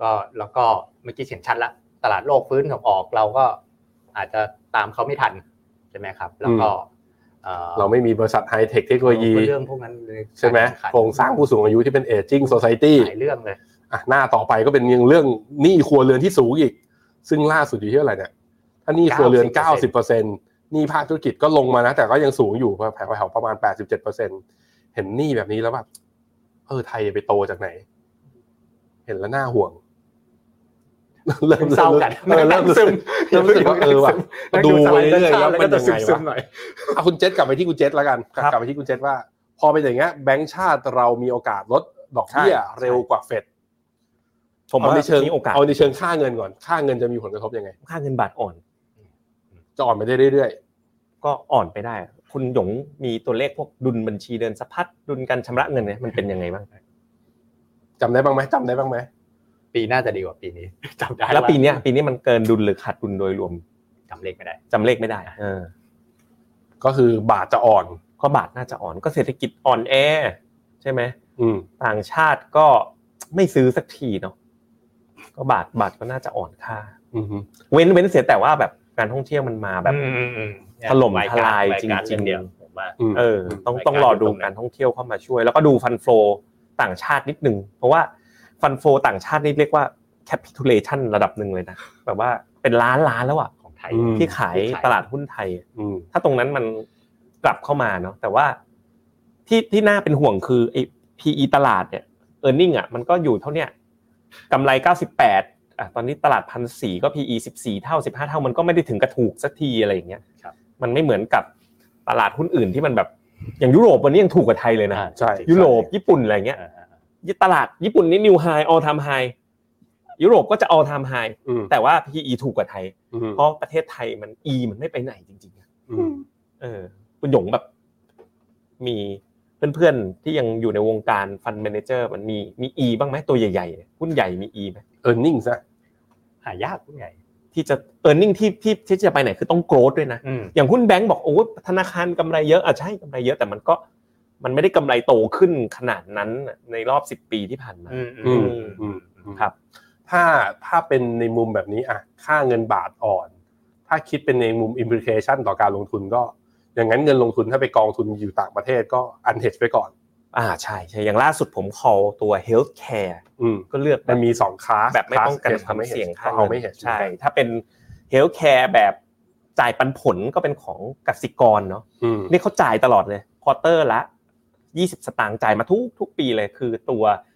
Speaker 5: ก็แล้วก็เมื่อกี้เห็นชัดละตลาดโลกฟื้นกับออกเราก็อาจจะตามเขาไม่ทันใช่ไหมครับแล้วก็
Speaker 2: เราไม่มีบริษัทไฮเทคเทคโนโลยี
Speaker 5: เรื่องพวกนั้น
Speaker 2: ใช่ไหมโครงสร้างผู้สูงอายุที่เป็น aging society
Speaker 5: หลายเรื่องเลย
Speaker 2: อ่ะหน้าต่อไปก็เป็นเรื่องหนี้ครัวเรือนที่สูงอีกซึ่งล่าสุดอยู่ที่เท่าไหร่เนี่ยถ้าหนี้ครัวเรือน เก้าสิบเปอร์เซ็นต์ หนี้ภาคธุรกิจก็ลงมานะแต่ก็ยังสูงอยู่แถวๆประมาณ แปดสิบเจ็ดเปอร์เซ็นต์ เห็นหนี้แบบนี้แล้วแบบเออไทยไปโตจากไหนเห็นแล้วน่าห่วง
Speaker 5: เริ่มเศร้ากัน
Speaker 2: เริ่มซึมเริ่มรู้สึกว่าเออว่ะดูไปเรื่อยๆแล้วมันยังไงวะอ่ะคุณเจษกลับไปที่คุณเจษแล้วกันกลับไปที่คุณเจษว่าพอเป็นอย่างเงี้ยแบงก์ชาติเรามีโอกาสลดดอกเบี้ยเร็วกว่าเฟด
Speaker 3: ผมว่ามีโอกาส
Speaker 2: เอาในเชิงค่าเงินก่อนค่าเงินจะมีผลกระทบยังไง
Speaker 3: ค่าเงินบาทอ่อน
Speaker 2: จะอ่อนไปได้เรื่อย
Speaker 3: ๆก็อ่อนไปได้คุณหยงมีตัวเลขพวกดุลบัญชีเดินสะพัดดุลการชำระเงินเนี่ยมันเป็นยังไงบ้าง
Speaker 2: จำได้บ้างไหมจำได้บ้างไหม
Speaker 5: ปีน่าจะดีกว่าปีนี้จำได้
Speaker 3: แล้วปีนี้ปีนี้มันเกินดุลหรือขาดดุลโดยรวม
Speaker 5: จำเลขไม่ได้
Speaker 3: จำเลขไม่ได้เออ
Speaker 2: ก็คือบาทจะอ่อน
Speaker 3: ก็บาทน่าจะอ่อนก็เศรษฐกิจอ่อนแอใช่ไหม
Speaker 2: อืม
Speaker 3: ต่างชาติก็ไม่ซื้อสักทีเนาะก็บาทบาทก็น่าจะอ่อนค่าเว้นเว้นเสียแต่ว่าแบบการท่องเที่ยวมันมาแบบถล่มทลายจริงๆเดียวผมว่าเออต้องต้องรอดูการท่องเที่ยวเข้ามาช่วยแล้วก็ดูฟันโฟลต่างชาตินิดนึงเพราะว่าฟันโฟต่างชาตินี่เรียกว่า capitulation ระดับนึงเลยนะแบบว่าเป็นล้านล้านแล้วอ่ะของไทยที่ขายตลาดหุ้นไทยถ้าตรงนั้นมันกลับเข้ามาเนาะแต่ว่าที่ที่น่าเป็นห่วงคือไอ้ พี อี ตลาดเนี่ย earning อ่ะมันก็อยู่เท่าเนี้ยกำไรเก้าสิบแปดอ่ะตอนนี้ตลาด หนึ่งพันสี่ร้อย ก็ พี อี สิบสี่เท่าสิบห้าเท่ามันก็ไม่ได้ถึงกระถูกสักทีอะไรอย่างเงี้ยมันไม่เหมือนกับตลาดหุ้นอื่นที่มันแบบอย่างยุโรปวันนี้ยังถูกกว่าไทยเลยนะ
Speaker 2: ใช่
Speaker 3: ยุโรปญี่ปุ่นอะไรเงี้ยตลาดญี่ปุ่นนี่ new high all time high ยุโรปก็จะ all time high แต่ว่า พี อี ถูกกว่าไทยเพราะประเทศไทยมัน E มันไม่ไปไหนจริงๆเออคุณหยงแบบมีเพื่อนๆที่ยังอยู่ในวงการฟันแมเนเจอร์มันมีมี E บ้างไหมตัวใหญ่ๆหุ้นใหญ่มี E ไหม
Speaker 2: earning ซะ
Speaker 5: หายากหุ้นใหญ่
Speaker 3: ที่จะ earning ที่ที่ที่จะไปไหนคือต้อง growth ด้วยนะอย่างหุ้นแบงก์บอกโอ้ธนาคารกำไรเยอะอ่ะใช่กำไรเยอะแต่มันก็มันไม่ได้กำไรโตขึ้นขนาดนั้นในรอบสิบปีที่ผ่านมา
Speaker 2: อืมครับถ้าถ้าเป็นในมุมแบบนี้อ่ะค่าเงินบาทอ่อนถ้าคิดเป็นในมุม implication ต่อการลงทุนก็อย่างนั้นเงินลงทุนถ้าไปกองทุนอยู่ต่างประเทศก็ unhedge ไปก่อน
Speaker 3: อ่าใช่ๆอย่างล่าสุดผม call ตัว healthcare
Speaker 2: อืม
Speaker 3: ก็เลือก
Speaker 2: มันมีสองคลาส
Speaker 3: แบบไม่ป้องกันความเสี่ยงค่า
Speaker 2: เอาไม่ hedge
Speaker 3: ใช่ถ้าเป็น healthcare แบบจ่ายปันผลก็เป็นของกสิกรเนาะนี่เขาจ่ายตลอดเลยควอเตอร์ละยี่สิบสตางค์จ่ายมาทุกทุกปีเลยคือตัว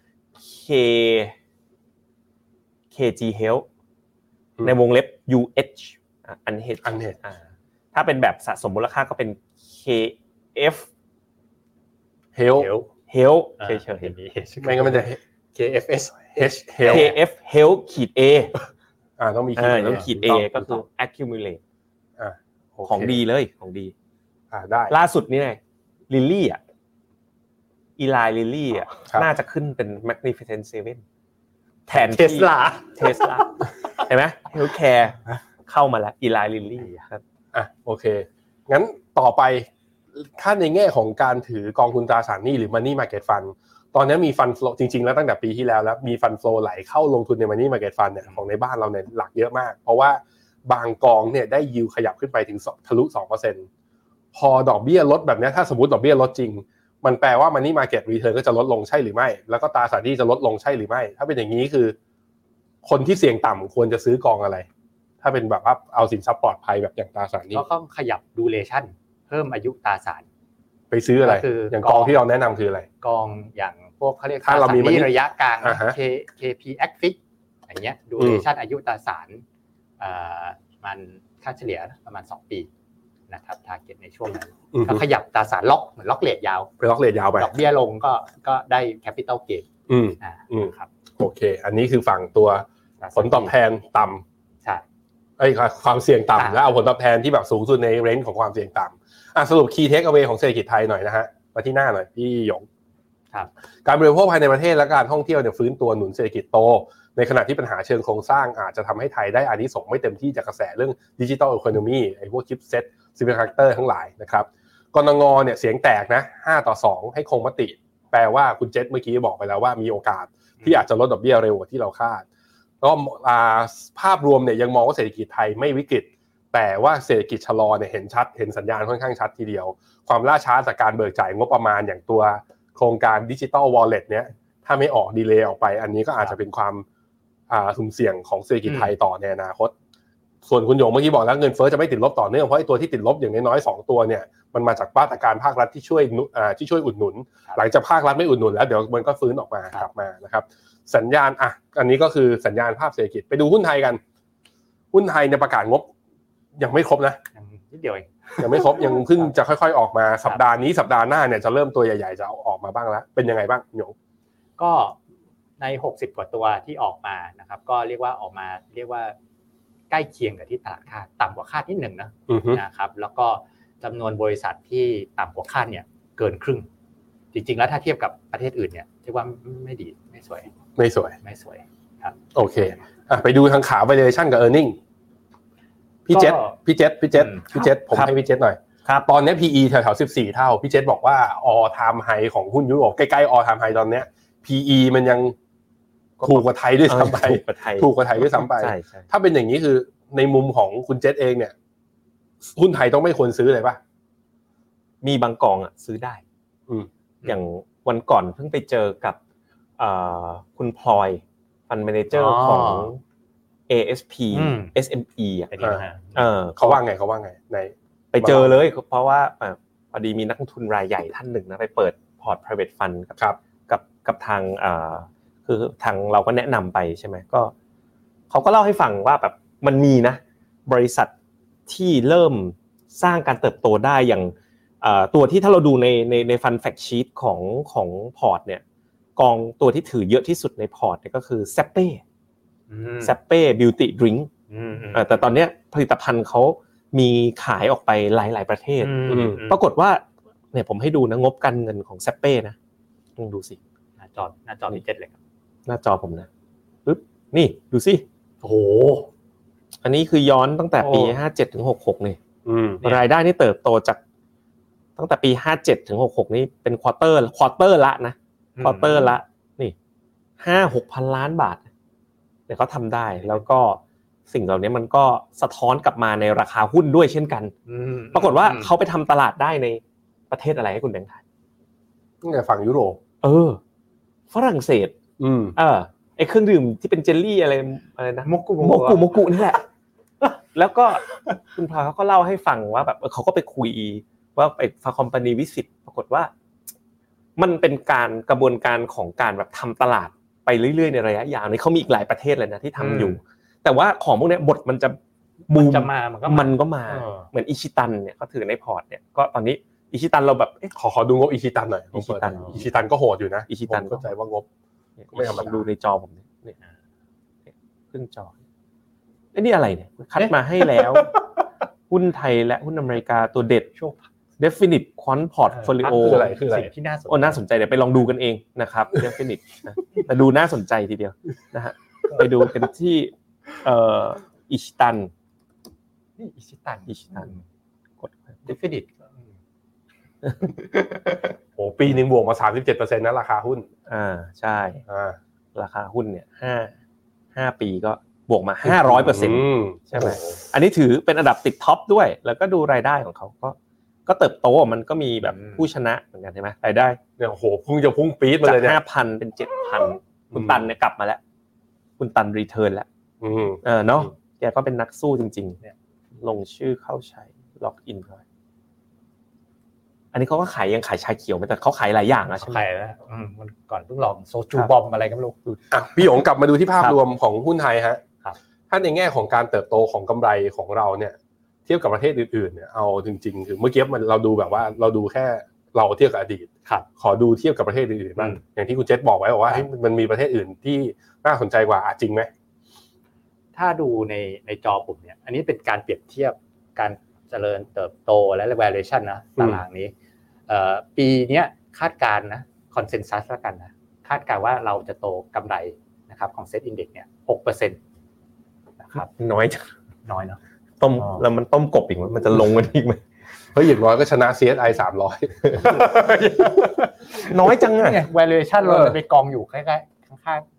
Speaker 3: K เค จี Health ในวงเล็บ ยู เอช unhedged
Speaker 2: unhedged
Speaker 3: อ่าถ้าเป็นแบบสะสมมูลค่าก็เป็น เค เอฟ
Speaker 2: Health
Speaker 3: Health เฉย
Speaker 2: ๆไม่งั้นมันจะ
Speaker 5: เค เอฟ เอส
Speaker 2: H
Speaker 3: เค เอฟ Health ขีด A
Speaker 2: อ่าต้องมี
Speaker 3: ขีด A ก็คือ accumulate
Speaker 2: อ่า
Speaker 3: ของดีเลยของดี
Speaker 2: อ่าได้
Speaker 3: ล่าสุดนี่ไง Lilly อ่ะอีไลลิลลี่อ่ะน่าจะขึ้นเป็น Magnificent Seven แทน
Speaker 5: Tesla
Speaker 3: Tesla เห็นมั้ย Healthcare เข้ามาแล้วอีไลลิลลี่ครับ
Speaker 2: อ่ะโอเคงั้นต่อไปถ้าในแง่ของการถือกองทุนตราสารหนี้หรือ Money Market Fund ตอนนี้มี Fund Flow จริงๆแล้วตั้งแต่ปีที่แล้วแล้วมี Fund Flow ไหลเข้าลงทุนใน Money Market Fund เนี่ยของในบ้านเราเนี่ยหลักเยอะมากเพราะว่าบางกองเนี่ยได้ยิลด์ขยับขึ้นไปถึงทะลุ สองเปอร์เซ็นต์ พอดอกเบี้ยลดแบบนี้ถ้าสมมุติดอกเบี้ยลดจริงมันแปลว่า Money Market Return ก็จะลดลงใช่หรือไม่แล้วก็ตราสารหนี้จะลดลงใช่หรือไม่ถ้าเป็นอย่างนี้คือคนที่เสี่ยงต่ำควรจะซื้อกองอะไรถ้าเป็นแบบว่าเอาสินทรัพย์ปลอดภัยแบบอย่างตราสารหนี้
Speaker 5: ก็ต้องขยับ duration เพิ่มอายุตราสาร
Speaker 2: ไปซื้ออะไรอย่างกองที่เราแนะนำคืออะไร
Speaker 5: กองอย่างพวกเขาเรียกตราสารหนี้ระยะกลาง K เค พี Acfix อย่างเงี้ย duration อายุตราสารเอ่อมันค่าเฉลี่ยประมาณสองปีนะครับ target ในช่วงนั้นก็ขยับตราสารล็อกเหมือนล็อกเรทยาว
Speaker 2: ไปล็อกเรทยาวไป
Speaker 5: ดอกเบี้ยลงก็ก็ได้ capital gain
Speaker 2: อืมอ่าอืมครับโอเคอันนี้คือฝั่งตัวผลตอบแทนต่ำ
Speaker 5: ใช่
Speaker 2: ไอ้ความเสี่ยงต่ำแล้วเอาผลตอบแทนที่แบบสูงสุดในเรนจ์ของความเสี่ยงต่ำอ่ะสรุป key take away ของเศรษฐกิจไทยหน่อยนะฮะมาที่หน้าหน่อยพี่หยง
Speaker 5: ครับ
Speaker 2: การบริโภคภายในประเทศและการท่องเที่ยวเนี่ยฟื้นตัวหนุนเศรษฐกิจโตในขณะที่ปัญหาเชิงโครงสร้างอาจจะทำให้ไทยได้อานิสงส์ไม่เต็มที่จากกระแสเรื่อง Digital Economy ไอ้พวก Chipset Semiconductor ทั้งหลายนะครับกนงเนี่ยเสียงแตกนะห้าต่อสองให้คงมติแปลว่าคุณเจษเมื่อกี้บอกไปแล้วว่ามีโอกาสที่อาจจะลดดอกเบี้ยเร็วกว่าที่เราคาดก็ภาพรวมเนี่ยยังมองว่าเศรษฐกิจไทยไม่วิกฤตแต่ว่าเศรษฐกิจชะลอเนี่ยเห็นชัดเห็นสัญญาณค่อนข้างชัดทีเดียวความล่าช้าจากการเบิกจ่ายงบประมาณอย่างตัวโครงการ Digital Wallet เนี่ยถ้าไม่ออกดีเลย์ออกไปอันนี้ก็อาจจะเป็นความอ่าสุ่มเสี่ยงของเศรษฐกิจไทยต่อในอนาคตส่วนคุณโยงเมื่อกี้บอกแล้วเงินเฟ้อจะไม่ติดลบต่อเนื่องเพราะไอ้ตัวที่ติดลบอย่างน้อยๆสองตัวเนี่ยมันมาจากมาตรการภาครัฐที่ช่วยอ่าที่ช่วยอุดหนุนหลังจากภาครัฐไม่อุดหนุนแล้วเดี๋ยวมันก็ฟื้นออกมากลับมานะครับสัญญาณอ่ะอันนี้ก็คือสัญญาณภาพเศรษฐกิจไปดูหุ้นไทยกันหุ้นไทยในประกาศงบยังไม่ครบนะ
Speaker 5: นิดเดียวเอง
Speaker 2: ยังไม่ครบยังเพิ่งจะค่อยๆออกมาสัปดาห์นี้สัปดาห์หน้าเนี่ยจะเริ่มตัวใหญ่ๆจะเอาออกมาบ้างแล้วเป็นยังไงบ้างโยง
Speaker 5: ก็ในหกสิบกว่าตัวที่ออกมานะครับก็เรียกว่าออกมาเรียกว่าใกล้เคียงกับที่ตลาดคาดต่ำกว่าคาดนิดหนึ่งนะนะครับแล้วก็จำนวนบริษัทที่ต่ำกว่าคาดเนี่ยเกินครึ่งจริงๆแล้วถ้าเทียบกับประเทศอื่นเนี่ยเรียกว่าไม่ดีไม่สวย
Speaker 2: ไม่สวย
Speaker 5: ไม่สวยครับ
Speaker 2: โอเคอ่ะไปดูทางขา valuation กับ earning พี่เจษพี่เจษพี่เจษพี่เจษผมให้พี่เจษหน่อยครับตอนนี้ พี อี แถวๆสิบสี่เท่าพี่เจษบอกว่า all time high ของหุ้นยุโรปใกล้ๆ all time high ตอนเนี้ย พี อี มันยังถูกกว่าไทยด้วยซ้ำไปถูกกว่าไทยด้วยซ้ำไปถ้าเป็นอย่างนี้คือในมุมของคุณเจษเองเนี่ยหุ้นไทยต้องไม่ควรซื้อเลยป่ะ
Speaker 3: มีบางกองอ่ะซื้อได้อย่างวันก่อนเพิ่งไปเจอกับคุณพลอยฟันด์แมเนเจอร์ของ เอ เอส พี เอส เอ็ม อี อ่ะ
Speaker 2: เออเขาว่าไงเขาว่าไงใน
Speaker 3: ไปเจอเลยเพราะว่าพอดีมีนักลงทุนรายใหญ่ท่านหนึ่งนะไปเปิดพอร์ต private fund กับกับกับทางอ่าคือทางเราก็แนะนำไปใช่ไหมก็เขาก็เล่าให้ฟังว่าแบบมันมีนะบริษัทที่เริ่มสร้างการเติบโตได้อย่างตัวที่ถ้าเราดูในในในฟันแฟกชีตของของพอร์ตเนี่ยกองตัวที่ถือเยอะที่สุดในพอร์ตเนี่ยก็คือแซปเป้แซปเป้บิวตี้ดริงก์แต่ตอนนี้ผลิตภัณฑ์เขามีขายออกไปหลายๆประเทศปรากฏว่าเนี่ยผมให้ดูนะงบการเงินของแซปเป้นะลองดูสิ
Speaker 5: หน้าจอหน้าจอมีเจ็ดเลยครับ
Speaker 3: หน้าจอผมนะปึ๊บนี่ดูสิ
Speaker 5: โอ้โห
Speaker 3: อันนี้คือย้อนตั้งแต่ปีห้าเจ็ดถึงหกสิบหกนี่รายได้นี่เติบโตจากตั้งแต่ปีห้าเจ็ดถึงหกสิบหกนี่เป็นควอเตอร์ควอเตอร์ละนะควอเตอร์ละนี่ ห้าหกพัน ล้านบาทเนี่ยเขาทำได้แล้วก็สิ่งเหล่านี้มันก็สะท้อนกลับมาในราคาหุ้นด้วยเช่นกันปรากฏว่าเขาไปทำตลาดได้ในประเทศอะไรให้คุณแบงค์ไทย
Speaker 2: ตั้งแต่ฝั่งยุโรป
Speaker 3: เออฝรั่งเศสอืมเออไอ้เครื่องดื่มที่เป็นเจลลี่อะไรอะไรนะ
Speaker 5: โมกุ
Speaker 3: โมกุโมกุนี่แหละแล้วก็คุณพาเขาก็เล่าให้ฟังว่าแบบเขาก็ไปคุยว่าไอ้ฟาคอมพานีวิสิตปรากฏว่ามันเป็นการกระบวนการของการแบบทำตลาดไปเรื่อยๆในระยะยาวนี่เขามีอีกหลายประเทศเลยนะที่ทำอยู่แต่ว่าของพวกนี้บทมันจะบูม
Speaker 5: จะมามันก็
Speaker 3: มันก็มาเหมือนอิชิตันเนี่ยเขาถือในพอร์ตเนี่ยก็ตอนนี้อิชิตันเราแบบ
Speaker 2: ขอขอดูงบอิชิตันหน่อย
Speaker 3: อิชิตัน
Speaker 2: อิชิตันก็โหดอยู่นะ
Speaker 3: อิชิตัน
Speaker 2: เข้าใจว่างบ
Speaker 3: ไม่ธรรมดาดูในจอผมเนี่ยขึ้นจอไอ้นี่อะไรเนี่ยคัดมาให้แล้วหุ้นไทยและหุ้นอเมริกาตัวเด็ดช่วง Definite Quant Portfolio
Speaker 2: คืออะไรคืออะไร
Speaker 5: ที่น่าสนใจ
Speaker 3: โอ้น่าสนใจเดี๋ยวไปลองดูกันเองนะครับ Definite นะแต่ดูน่าสนใจทีเดียวนะฮะไปดูกันที่เอ่ออิชิตัน
Speaker 5: นี่อิชิตัน
Speaker 3: อิชิตัน
Speaker 5: กด Definite
Speaker 2: โอ้ปีนึงบวกมา สามสิบเจ็ดเปอร์เซ็นต์ นะราคาหุ้น
Speaker 3: อ่าใช่อ่าราคาหุ้นเนี่ยห้า ห้าปีก็บวกมา ห้าร้อยเปอร์เซ็นต์ ใช่มั้ยอันนี้ถือเป็นอันดับติดท็อปด้วยแล้วก็ดูรายได้ของเขาก็ก็เติบโตมันก็มีแบบผู้ชนะเหมือนกันใช่มั้ยรายได้
Speaker 2: เนี่ยโอ้โหพุ่งจะพุ่งปี๊ดมาเลยเนี่ย
Speaker 3: ห้าพัน เป็น เจ็ดพัน คุณตันเนี่ยกลับมาแล้วคุณตันรีเทิร์นแล้วอืมเออเนาะแกก็เป็นนักสู้จริงๆเนี่ยลงชื่อเข้าใช้ล็อกอินเลยอันนี้เขาก็ขายยังขายชาเขียวแต่เขาขายหลายอย่างอ่ะใช่มั้ย
Speaker 5: ขายแล้วอืมมันก่อนเพิ่งลองโซจูบอมอะไรก็ไม่รู้
Speaker 2: อ่ะพี่หยงกลับมาดูที่ภาพรวมของหุ้นไทยฮะถ้าในแง่ของการเติบโตของกำไรของเราเนี่ยเทียบกับประเทศอื่นๆเนี่ยเอาจริงๆคือเมื่อกี้มันเราดูแบบว่าเราดูแค่เราเทียบกับอดีตขอดูเทียบกับประเทศอื่นๆบ้างอย่างที่คุณเจษบอกไว้บอกว่ามันมีประเทศอื่นที่น่าสนใจกว่าจริงไหม
Speaker 5: ถ้าดูในในจอผมเนี่ยอันนี้เป็นการเปรียบเทียบการเจริญเติบโตและ valuation นะตารางนี้เอ่อปีนี้คาดการณ์นะคอนเซนซัสแล้วกันนะคาดการณ์ว่าเราจะโตกำไรนะครับของ Set Index เนี่ย หกเปอร์เซ็นต์ นะครับ
Speaker 3: น้อยจัง
Speaker 5: น้อยเนาะ
Speaker 3: ต้มแล้วมันต้มกบอีกมันจะลงกันอีกมั้ย
Speaker 2: เฮ้ยอย่างน้อยก็ชนะ ซี เอส ไอ สามร้อย
Speaker 3: น้อยจังอ่ะ
Speaker 5: valuation เราไปกองอยู่ใกล้ๆข้างๆก็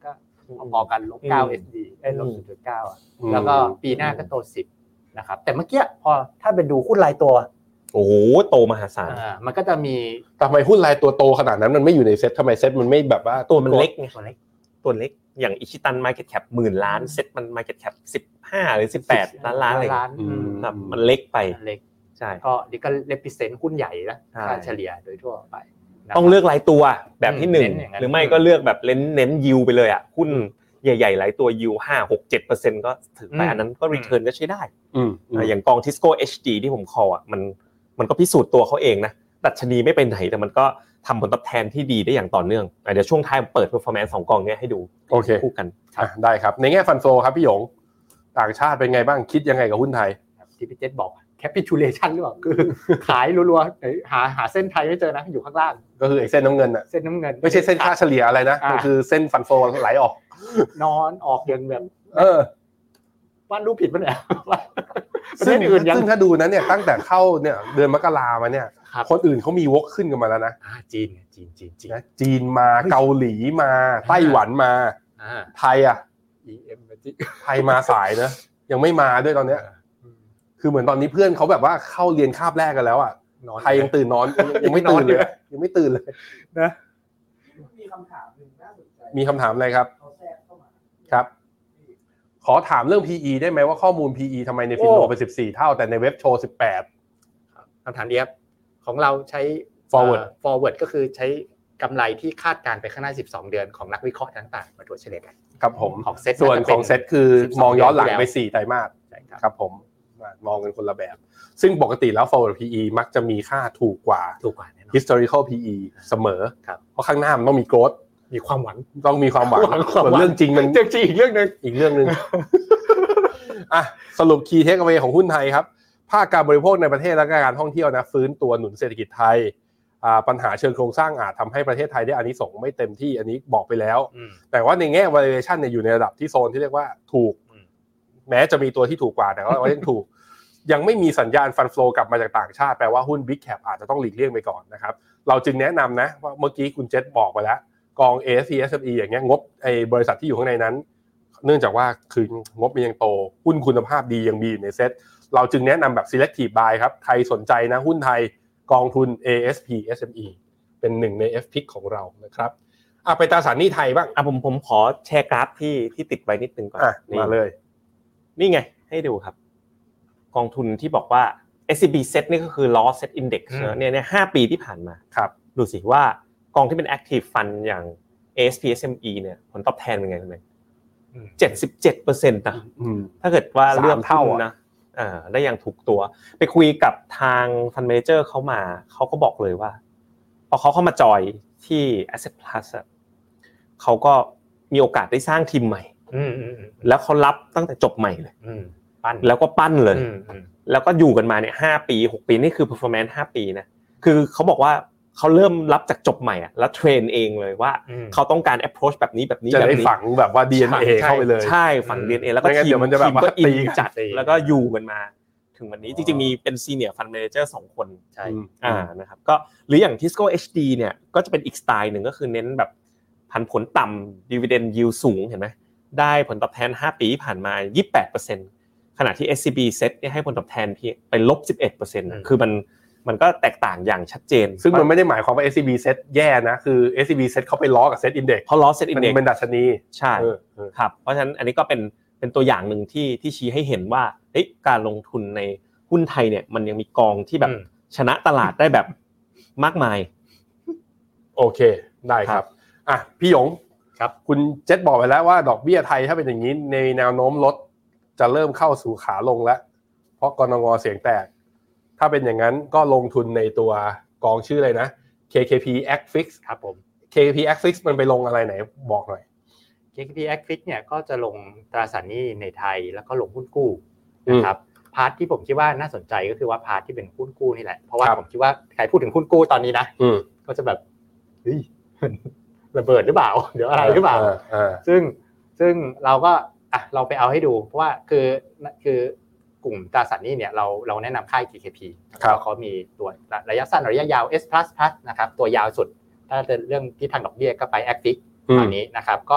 Speaker 5: พอๆกันลบเก้า เอส ดี เอ้ยลบ ศูนย์จุดเก้า อ่ะแล้วก็ปีหน้าก็โตสิบนะครับแต่เมื่อกี้พอถ้าไปดูหุ้นรายตัว
Speaker 3: โอ้โหโตมหาศาล
Speaker 5: อ่ามันก็จะมี
Speaker 2: ทำไมหุ้นรายตัวโตขนาดนั้นมันไม่อยู่ในเซ็ตทำไมเซ็ตมันไม่แบบว่า
Speaker 3: ตัวมันเล็กไงตัวเล็กตัวเล็กอย่างอิชิตัน market cap หมื่นล้านเซ็ตมัน market cap สิบห้าหรือสิบแปดล้านล้านอะไรครับมันเล็กไป
Speaker 5: เล็ก
Speaker 3: ใช่
Speaker 5: ก็นี่ก็ represent หุ้นใหญ่นะค่าเฉลี่ยโดยทั่วไป
Speaker 3: ต้องเลือกรายตัวแบบที่หนึ่งหรือไม่ก็เลือกแบบเน้นเน้นยิวไปเลยอ่ะหุ้นใหญ่ๆหลายตัวยิว ห้า หก เจ็ดเปอร์เซ็นต์ ก็ถึงไปอันนั้นก็ return ก็ใช้ได้อย่างกอง Tisco เอช ดี ที่ผม call อ่ะมันมันก็พิสูจน์ตัวเขาเองนะดัชนีไม่เป็นไหนแต่มันก็ทำผลตอบแทนที่ดีได้อย่างต่อเนื่องเดี๋ยวช่วงท้ายเปิด performance สองกองนี้ให้ดู
Speaker 2: โอเค
Speaker 3: คู่กัน
Speaker 2: ได้ครับในแง่ฟันโฟครับพี่หยงต่างชาติเป็นไงบ้างคิดยังไงกับหุ้นไทย
Speaker 5: ที่พี่เจษบอก capitulation หรือเปล่าคือขายรัวๆหาหาเส้นไทยไม่เจอนะอยู่ข้างล่าง
Speaker 2: ก็คือไอ้เส้นน้ำเงินน่ะ
Speaker 5: เส้นน้ำเงิน
Speaker 2: ไม่ใช่เส้นค่าเฉลี่ยอะไรนะมันคือเส้นฟันโฟไหลออก
Speaker 5: นอนออกอย่างแบบ
Speaker 2: เออ
Speaker 5: วาดรูปผิดป่ะเนี่ย
Speaker 2: ประเทศอื่นยังซึ่งถ้าดูนะเนี่ยตั้งแต่เข้าเนี่ยเดือนมกรามาเนี่ยคนอื่นเขามีวกขึ้นกันมาแล้วนะ
Speaker 5: จีนจีนจีนจีน
Speaker 2: นะจีนมาเกาหลีมาไต้หวันมาไทยอ่ะ
Speaker 5: อี เอ็ม
Speaker 2: ไทยมาสายนะยังไม่มาด้วยตอนเนี้ยคือเหมือนตอนนี้เพื่อนเขาแบบว่าเข้าเรียนคาบแรกกันแล้วอ่ะไทยยังตื่นนอนยังไม่ตื่นเลยยังไม่ตื่นเลยนะ
Speaker 4: มีคำถามนึงน่าสนใจ
Speaker 2: มีคำถามอะไรครับครับขอถามเรื่อง พี อี ได้ไหมว่าข้อมูล พี อี ทำไมในฟินโนเป็นสิบสี่เท่าแต่ในเว็บโชว์สิบแปด
Speaker 5: คำถามเดียวของเราใช้
Speaker 2: forward
Speaker 5: forward ก็คือใช้กำไรที่คาดการณ์ไปข้างหน้าสิบสองเดือนของนักวิเคราะห์ต่างๆมาตรวจเฉลี่ยกัน
Speaker 2: ครับผม
Speaker 5: ของเซต
Speaker 2: ส่วนของเซตคือมองย้อนหลังไปสี่ไตรมาสครับผมมองกันคนละแบบซึ่งปกติแล้ว forward พี อี มักจะมีค่าถูกกว่า
Speaker 5: ถูกกว่าแน่นอน
Speaker 2: historical พี อี เสมอเพราะข้างหน้ามันต้องมี growth
Speaker 5: มีความหวัง
Speaker 2: ต้องมีความหวังส่วนเรื่องจริงมัน
Speaker 5: เรื่องจริงอีกเรื่องนึง
Speaker 2: อีกเรื่องนึงอ่ะสรุป key takeaway ของหุ้นไทยครับภาคการบริโภคในประเทศและการท่องเที่ยวนะฟื้นตัวหนุนเศรษฐกิจไทยอ่าปัญหาเชิงโครงสร้างอาจทำให้ประเทศไทยได้อานิสงส์ไม่เต็มที่อันนี้บอกไปแล้วแต่ว่าในแง่ valuation เนี่ยอยู่ในระดับที่โซนที่เรียกว่าถูกแม้จะมีตัวที่ถูกกว่าแต่ว่ายังถูกยังไม่มีสัญญาณฟันโฟลกลับมาจากต่างชาติแปลว่าหุ้น Big Cap อาจจะต้องหลีกเลี่ยงไปก่อนนะครับเราจึงแนะนำนะว่าเมื่อกี้คุณเจษบอกไปแล้วกอง เอ เอส พี เอส เอ็ม อี อย่างเงี้ยงบไอ้บริษัทที่อยู่ข้างในนั้นเนื่องจากว่าคืองบมันยังโตหุ้นคุณภาพดียังมีอยู่ในเซ็ตเราจึงแนะนำแบบ selective buy ครับใครสนใจนะหุ้นไทยกองทุน เอ เอส พี เอส เอ็ม อี เป็นหนึ่งใน F Pick ของเรานะครับอ่ะไปตราสารหนี้ไทยบ้าง
Speaker 3: อ่ะผมผมขอแชร์กราฟที่ที่ติดไว้นิดนึงก่อน
Speaker 2: อ่ะมาเลย
Speaker 3: นี่ไงให้ดูครับกองทุนที่บอกว่า เอส ซี บี Set นี่ก็คือ Loss Set Index เนี่ยเนี่ยห้าปีที่ผ่านมา
Speaker 2: ครับ
Speaker 3: ดูสิว่ากองที่เป็น Active Fund อย่าง เอ เอส พี เอส เอ็ม อี เนี่ยผลตอบแทนเป็นไงรู้มั้ย เจ็ดสิบเจ็ดเปอร์เซ็นต์ นะถ้าเกิดว่าเลือกเท่านะอ่าได้อย่างถูกตัวไปคุยกับทาง Fund Manager เขามาเขาก็บอกเลยว่าพอเขาเข้ามาจอยที่ Asset Plus อ่ะเขาก็มีโอกาสได้สร้างทีมใหม่แล้วเขารับตั้งแต่จบใหม่เลย
Speaker 5: ปั้น
Speaker 3: แล้วก็ปั้นเลยแล้วก็อยู่กันมาเนี่ยห้าปีหกปีนี่คือ performance ห้าปีนะคือเขาบอกว่าเขาเริ่มรับจากจบใหม่อ่ะแล้วเทรนเองเลยว่าเขาต้องการ approach แบบนี้แบบนี้
Speaker 2: จะได้ฝังแบบว่า ดี เอ็น เอ เข้าไปเลย
Speaker 3: ใช่ฝัง ดี เอ็น เอ แล้วก็ทีม
Speaker 2: มันจะแบบว่า
Speaker 3: ตีจัดแล้วก็อยู่กันมาถึงวันนี้จริงๆมีเป็น senior fund manager สองคน
Speaker 5: ใช่
Speaker 3: อ่านะครับก็หรืออย่าง Tisco เอช ดี เนี่ยก็จะเป็นอีกสไตล์นึงก็คือเน้นแบบผันผลต่ำ dividend yield สูงเห็นมั้ยได้ผลตอบแทนห้าปีที่ผ่านมา ยี่สิบแปดเปอร์เซ็นต์ ขณะที่ เอส ซี บี Set เนี่ยให้ผลตอบแทนเพียงไป ลบสิบเอ็ดเปอร์เซ็นต์ นะคือมันมันก็แตกต่างอย่างชัดเจน
Speaker 2: ซึ่งมันไม่ได้หมายความว่า เอส ซี บี Set แย่นะคือ เอส ซี บี Set เขาไปล้อกับ Set Index
Speaker 3: เพราะล้อ Set Index
Speaker 2: มันเป็นดัชนี
Speaker 3: ใช่ครับเพราะฉะนั้นอันนี้ก็เป็นเป็นตัวอย่างนึงที่ที่ชี้ให้เห็นว่าเฮ้ยการลงทุนในหุ้นไทยเนี่ยมันยังมีกองที่แบบชนะตลาดได้แบบมากมาย
Speaker 2: โอเคได้ครับอ่ะพี่หยง
Speaker 5: ครับ
Speaker 2: คุณเจษบอกไปแล้วว่าดอกเบี้ยไทยถ้าเป็นอย่างนี้ในแนวโน้มลดจะเริ่มเข้าสู่ขาลงแล้วเพราะกนงเสียงแตกถ้าเป็นอย่างนั้นก็ลงทุนในตัวกองชื่ออะไรนะ เค เค พี Agfix
Speaker 5: ครับผม
Speaker 2: เค เค พี Agfix มันไปลงอะไรไหนบอกหน่อย
Speaker 5: เค เค พี Agfix เนี่ยก็จะลงตราสารหนี้ในไทยแล้วก็ลงหุ้นกู้นะครับพาร์ทที่ผมคิดว่าน่าสนใจก็คือว่าพาร์ทที่เป็นหุ้นกู้นี่แหละเพราะว่าผมคิดว่าใครพูดถึงหุ้นกู้ตอนนี้นะก็จะแบบเฮ้ยระเบิดหรือเปล่าเดี๋ยวอะไรหรือเปล่าซึ่งซึ่งเราก็อ่ะเราไปเอาให้ดูเพราะว่าคือคือกลุ่มตราสารหนี้เนี่ยเราเราแนะนำค่าย เค เค พี แล้วเขามีตัวระยะสั้นระยะยาว S++ นะครับตัวยาวสุดถ้าเป็นเรื่องที่ทางดอกเบี้ยก็ไป Agfix อันนี้นะครับก็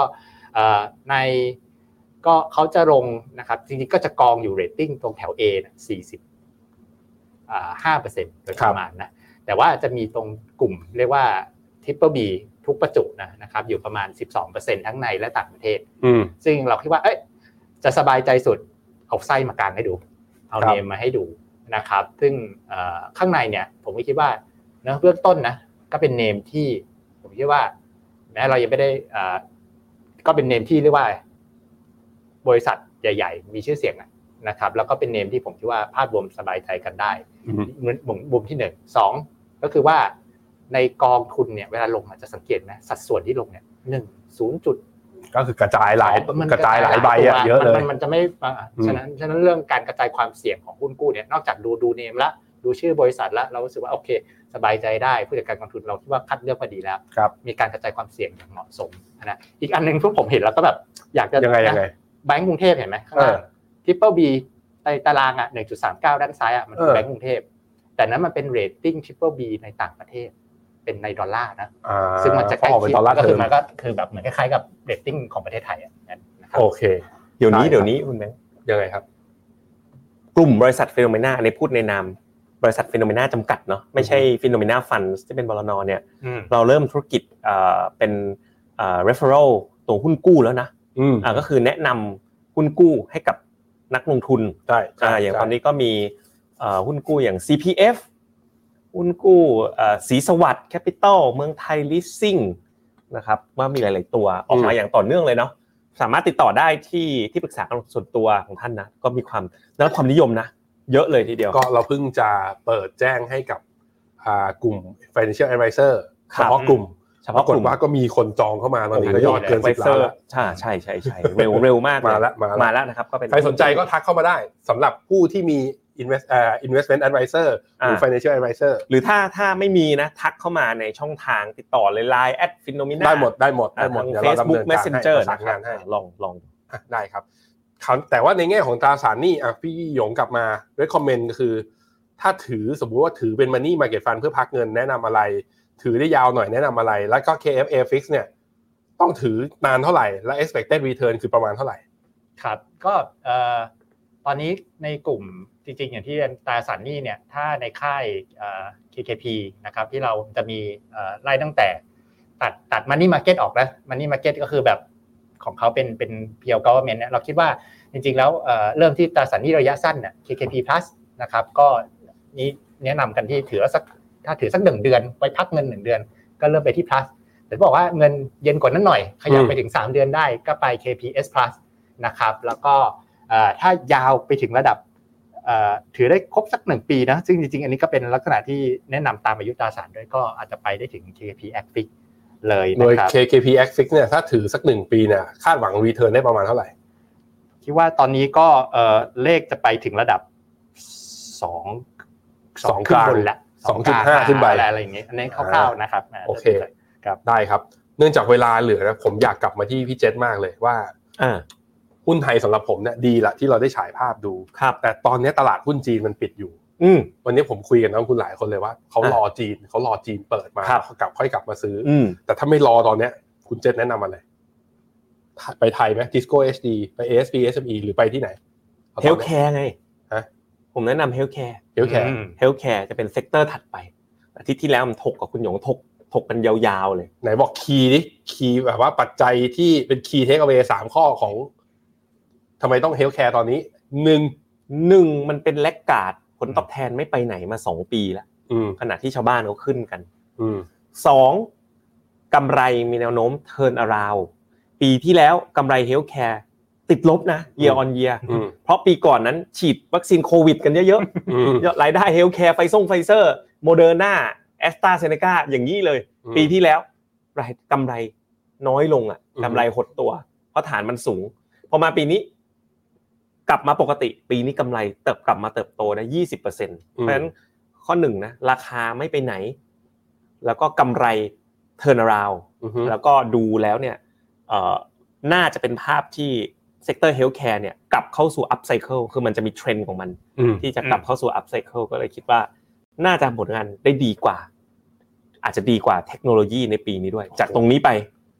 Speaker 5: ในก็เขาจะลงนะครับจริงๆก็จะกองอยู่เรตติ้งตรงแถว A น่ะสี่สิบอ่า ห้าเปอร์เซ็นต์ โดยประมาณนะแต่ว่าจะมีตรงกลุ่มเรียกว่า Triple B ทุกประจุนะนะครับอยู่ประมาณ สิบสองเปอร์เซ็นต์ ทั้งในและต่างประเทศซึ่งเราคิดว่าเอ๊ะจะสบายใจสุดเอาไส้มากางให้ดูเอาเนมมาให้ดูนะครับซึ่งข้างในเนี่ยผมก็คิดว่าเนะเบื้องต้นนะก็เป็นเนมที่ผมคิดว่าแม้เรายังไม่ได้ก็เป็นเนมที่เรียกว่าบริษัทใหญ่ๆมีชื่อเสียงนะครับแล้วก็เป็นเนมที่ผมคิดว่าภาพรวมสบายใจกันได้มุมที่หนึ่งสองก็คือว่าในกองทุนเนี่ยเวลาลงอาจจะสังเกตไหมสัดส่วนที่ลงเนี่ยหนึ่งศูนย์จุด
Speaker 2: ก็คือกระจายหลายกระจายหลายใบอ่ะเยอะเลย
Speaker 5: มันจะไม่ฉะนั้นฉะนั้นเรื่องการกระจายความเสี่ยงของหุ้นกู้เนี่ยนอกจากดูดูเนมละดูชื่อบริษัทละเรารู้สึกว่าโอเคสบายใจได้ผู้จัดการกองทุนเราคิดว่าคัดเลือกมาดีแล้วมีการกระจายความเสี่ยงอย่างเหมาะสมนะอีกอันนึงพวกผมเห็นแล้วก็แบบอยากจะ
Speaker 2: ยังไงยังไง
Speaker 5: แบงก์กรุงเทพเห็นไหมข้างล่าง Triple B ในตารางอ่ะ หนึ่งจุดสามเก้า ด้านซ้ายอ่ะมันคือแบงก์กรุงเทพแต่นั้นมันเป็นเรตติ้ง Triple B ในต่างประเทศเป็นในดอลลาร์นะซึ่งมันจะใกล้เคียงก็คือมันก็คือแบบเหมือนคล้ายๆกับเรตติ้งของประเทศไทยอ่ะนะครับ
Speaker 2: โอเค
Speaker 3: เดี๋ยวนี้เดี๋ยวนี้คุณแบงค์
Speaker 2: ยังไงครับ
Speaker 3: กลุ่มบริษัทฟีโนเมนาในพูดในนามบริษัทฟีโนเมนาจำกัดเนาะไม่ใช่ฟีโนเมนาฟันด์ที่เป็นบลน.เนี่ยเราเริ่มธุรกิจเอ่อเป็นเอ่อ referral ตัวหุ้นกู้แล้วนะอ่าก็คือแนะนำหุ้นกู้ให้กับนักลงทุน
Speaker 2: ใช่
Speaker 3: อ่าอย่างตอนนี้ก็มีเอ่อหุ้นกู้อย่าง ซี พี เอฟ หุ้นกู้เอ่อศรีสวัสดิ์แคปิตอลเมืองไทยลิสซิ่งนะครับว่ามีหลายๆตัวออกมาอย่างต่อเนื่องเลยเนาะสามารถติดต่อได้ที่ที่ปรึกษาการลงทุนส่วนตัวของท่านนะก็มีความได้รับความนิยมนะเยอะเลยทีเดียว
Speaker 2: ก็เราเพิ่งจะเปิดแจ้งให้กับอ่ากลุ่ม Financial Advisor เฉพาะกลุ่ม
Speaker 3: เฉพาะกลุ่ม
Speaker 2: ว่าก็มีคนจองเข้ามาตอนนี้ก็ยอดเกินสิบล้านแล้ว
Speaker 3: ใช่ใช่ๆๆเร็วเร็วมาก
Speaker 2: มาแล้ว
Speaker 3: มาแล้วนะครับก็เป็น
Speaker 2: ใครสนใจก็ทักเข้ามาได้สำหรับผู้ที่มี invest เอ่อ investment advisor หรือ financial advisor
Speaker 3: หรือถ้าถ้าไม่มีนะทักเข้ามาในช่องทางติดต่อเลย ไลน์ แอท ฟิโนเมนา
Speaker 2: ได้หมดได้หมดได้หมด
Speaker 3: เดี๋ยวเราดำเนินการให้ประสานงานให้ลองลอง
Speaker 2: ได้ครับแต่ว่าในแง่ของตราสารหนี้อ่ะพี่หยงกลับมา recommend ก็คือถ้าถือสมมุติว่าถือเป็น money market fund เพื่อพักเงินแนะนำอะไรถือได้ยาวหน่อยแนะนำอะไรแล้วก็ เค เอฟ เอ Fix เนี่ยต้องถือนานเท่าไหร่และ expected return คือประมาณเท่าไหร่
Speaker 5: ครับก็เอ่อตอนนี้ในกลุ่มจริงๆอย่างที่ตราสารหนี้เนี่ยถ้าในค่ายเอ่อ เค เค พี นะครับที่เราจะมีเอ่อไล่ตั้งแต่ตัดตัด money market ออกแล้ว money market ก็คือแบบของเขาเป็นเป็น pure government เนี่ยเราคิดว่าจริงๆแล้วเอ่อเริ่มที่ตราสารหนี้ระยะสั้นน่ะ เค เค พี Plus นะครับก็นี้แนะนำกันที่ถือสักถ้าถือสักหนึ่งเดือนไว้พักเงินหนึ่งเดือนก็เริ่มไปที่ plus แต่บอกว่าเงินเย็นกว่านั้นหน่อยขยับไปถึงสามเดือนได้ก็ไป เค พี เอส plus นะครับแล้วก็เอ่อถ้ายาวไปถึงระดับเอ่อถือได้ครบสักหนึ่งปีนะซึ่งจริงๆอันนี้ก็เป็นลักษณะที่แนะนำตามอายุตราสารด้วยก็อาจจะไปได้ถึง เค เค พี Acfix เลยนะครับ
Speaker 2: โดย เค เค พี Acfix เนี่ยถ้าถือสักหนึ่งปีเนี่ยคาดหวัง return ได้ประมาณเท่าไหร่
Speaker 5: คิดว่าตอนนี้ก็เอ่อเลขจะไปถึงระดับสอง สองขึ้นบนละ
Speaker 2: สองจุดห้า ขึ้นไป
Speaker 5: อะไรอย่างเงี้ยอันนี้คร่าวๆนะครับ
Speaker 2: โอเคครับได้ครับเนื่องจากเวลาเหลือนะผมอยากกลับมาที่พี่เจษมากเลยว่าอ่าหุ้นไทยสำหรับผมเนี่ยดีละที่เราได้ฉายภาพดูแต่ตอนนี้ตลาดหุ้นจีนมันปิดอยู่อืวันนี้ผมคุยกับนักลงทุนหลายคนเลยว่าเขารอจีนเขารอจีนเปิดมาเขากลับค่อยกลับมาซื้อแต่ถ้าไม่รอตอนเนี้ยคุณเจษแนะนำอะไรไปไทยไหม Tisco เอช ดี ไป เอ เอส บี เอส เอ็ม อี หรือไปที่ไหน
Speaker 3: Healthcare ไงฮะผมแนะนำ Healthcare
Speaker 2: Healthcare
Speaker 3: Healthcare จะเป็นเซกเตอร์ถัดไปอาทิตย์ที่แล้วมันถกกับคุณหยงถกถกกันยาวๆเลย
Speaker 2: ไหนบอกคีย์ดิคีย์แบบว่าปัจจัยที่เป็นคีย์เทคเอาเวย์สามข้อของทำไมต้อง Healthcare ตอนนี้หนึ่ง
Speaker 3: หนึ่งมันเป็นแลกการ์ดผลตอบแทนไม่ไปไหนมาสองปีแล้วขณะที่ชาวบ้านเขาขึ้นกันสองกำไรมีแนวโน้ม turn around ปีที่แล้วกำไร Healthcare ติดลบนะ year on year เพราะปีก่อนนั้นฉีดวัคซีนโควิดกันเยอะๆรายได้ Healthcare ไฟซ่งไฟเซอร์โมเดอร์นา AstraZeneca อย่างนี้เลยปีที่แล้วรายกำไรน้อยลงอ่ะกำไรหดตัวเพราะฐานมันสูงพอมาปีนี้กลับมาปกติปีนี้กำไรเติบกลับมาเติบโตได้ ยี่สิบเปอร์เซ็นต์ เพราะฉะนั้นข้อหนึ่งนะราคาไม่ไปไหนแล้วก็กำไร turn around แล้วก็ดูแล้วเนี่ยเอ่อน่าจะเป็นภาพที่เซกเตอร์ healthcare เนี่ยกลับเข้าสู่ up cycle คือมันจะมีเทรนด์ของมันที่จะกลับเข้าสู่ up cycle ก็เลยคิดว่าน่าจะผลงานได้ดีกว่าอาจจะดีกว่าเทคโนโลยีในปีนี้ด้วยจากตรงนี้ไป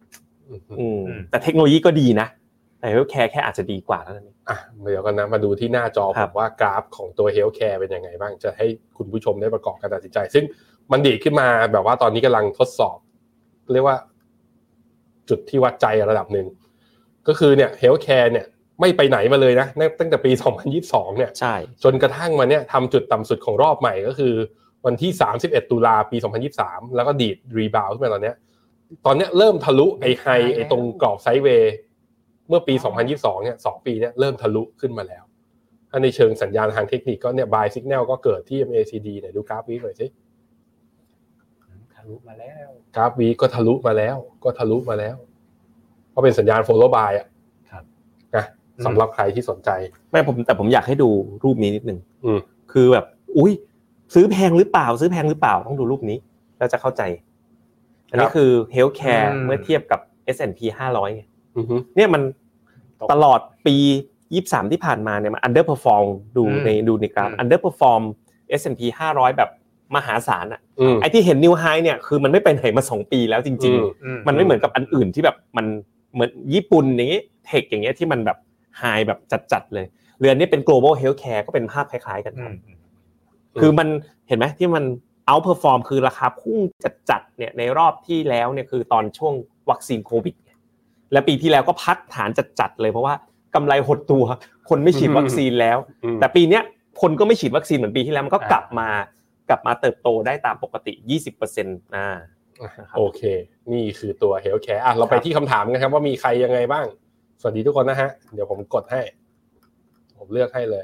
Speaker 3: อืมแต่เทคโนโลยีก็ดีนะแต่ healthcare แค่อาจจะดีกว่าเท่านั้นเอง
Speaker 2: อ่ะเดี๋ยวกันนะมาดูที่หน้าจอผมว่ากราฟของตัว healthcare เป็นยังไงบ้างจะให้คุณผู้ชมได้ประกอบการตัดสินใจซึ่งมันดีขึ้นมาแบบว่าตอนนี้กำลังทดสอบเรียกว่าจุดที่วัดใจระดับหนึ่งก็คือเนี่ย healthcare เนี่ยไม่ไปไหนมาเลยนะตั้งแต่ปีสองพันยี่สิบสองเนี่ย
Speaker 3: ใช่
Speaker 2: จนกระทั่งมาเนี่ยทำจุดต่ำสุดของรอบใหม่ก็คือวันที่สามสิบเอ็ดตุลาปีสองพันยี่สิบสามแล้วก็ดีดรีบาวด์ขึ้นมาตอนเนี้ยตอนเนี้ยเริ่มทะลุไอ้ไฮไอ้ตรงกรอบไซด์เวย์เมื่อปีสองพันยี่สิบสองเนี่ยสองปีเนี่ยเริ่มทะลุขึ้นมาแล้วถ้าในเชิงสัญญาณทางเทคนิคก็เนี่ย buy signal ก็เกิดที่ เอ็ม เอ ซี ดี เนี่ยดูกราฟวีคหน่อยสิ
Speaker 5: ทะลุมาแล้ว
Speaker 2: กราฟวีคก็ทะลุมาแล้วก็ทะลุมาแล้วก็เป็นสัญญาณ follow buy อ่ะ
Speaker 5: ครับ
Speaker 2: นะสำหรับใครที่สนใจ
Speaker 3: ไม่ผมแต่ผมอยากให้ดูรูปนี้นิดนึง
Speaker 2: อืม
Speaker 3: คือแบบอุ๊ยซื้อแพงหรือเปล่าซื้อแพงหรือเปล่าต้องดูรูปนี้แล้วจะเข้าใจอันนี้คือ healthcare เมื่อเทียบกับ เอส แอนด์ พี ห้าร้อยไง
Speaker 2: อือฮึ
Speaker 3: เนี่ยมันตลอดปียี่สิบสามที่ผ่านมาเนี่ยมัน underperform ดูในดูในกราฟ underperform เอส แอนด์ พี ห้าร้อยแบบมหาศาลอ่ะไอ้ที่เห็น new high เนี่ยคือมันไม่ไปไหนมาสองปีแล้วจริงๆมันไม่เหมือนกับอันอื่นที่แบบมันเหมือนญี่ปุ่นอย่างงี้เทคอย่างเงี้ยที่มันแบบ high แบบจัดๆเลยเรือนนี้เป็น global healthcare ก็เป็นภาพคล้ายๆกันครับคือมันเห็นไหมที่มัน outperform คือราคาพุ่งจัดๆเนี่ยในรอบที่แล้วเนี่ยคือตอนช่วงวัคซีนโควิดและปีที่แล้วก็พักฐานจัดๆเลยเพราะว่ากำไรหดตัวคนไม่ฉีดวัคซีนแล้วแต่ปีเนี้ยคนก็ไม่ฉีดวัคซีนเหมือนปีที่แล้วมันก็กลับมากลับมาเติบโตได้ตามปกติ ยี่สิบเปอร์เซ็นต์ อ่า
Speaker 2: โอเคนี่คือตัว healthcare อ่ะเราไปที่คำถามกันครับว่ามีใครยังไงบ้างสวัสดีทุกคนนะฮะเดี๋ยวผมกดให้ผมเลือกให้เลย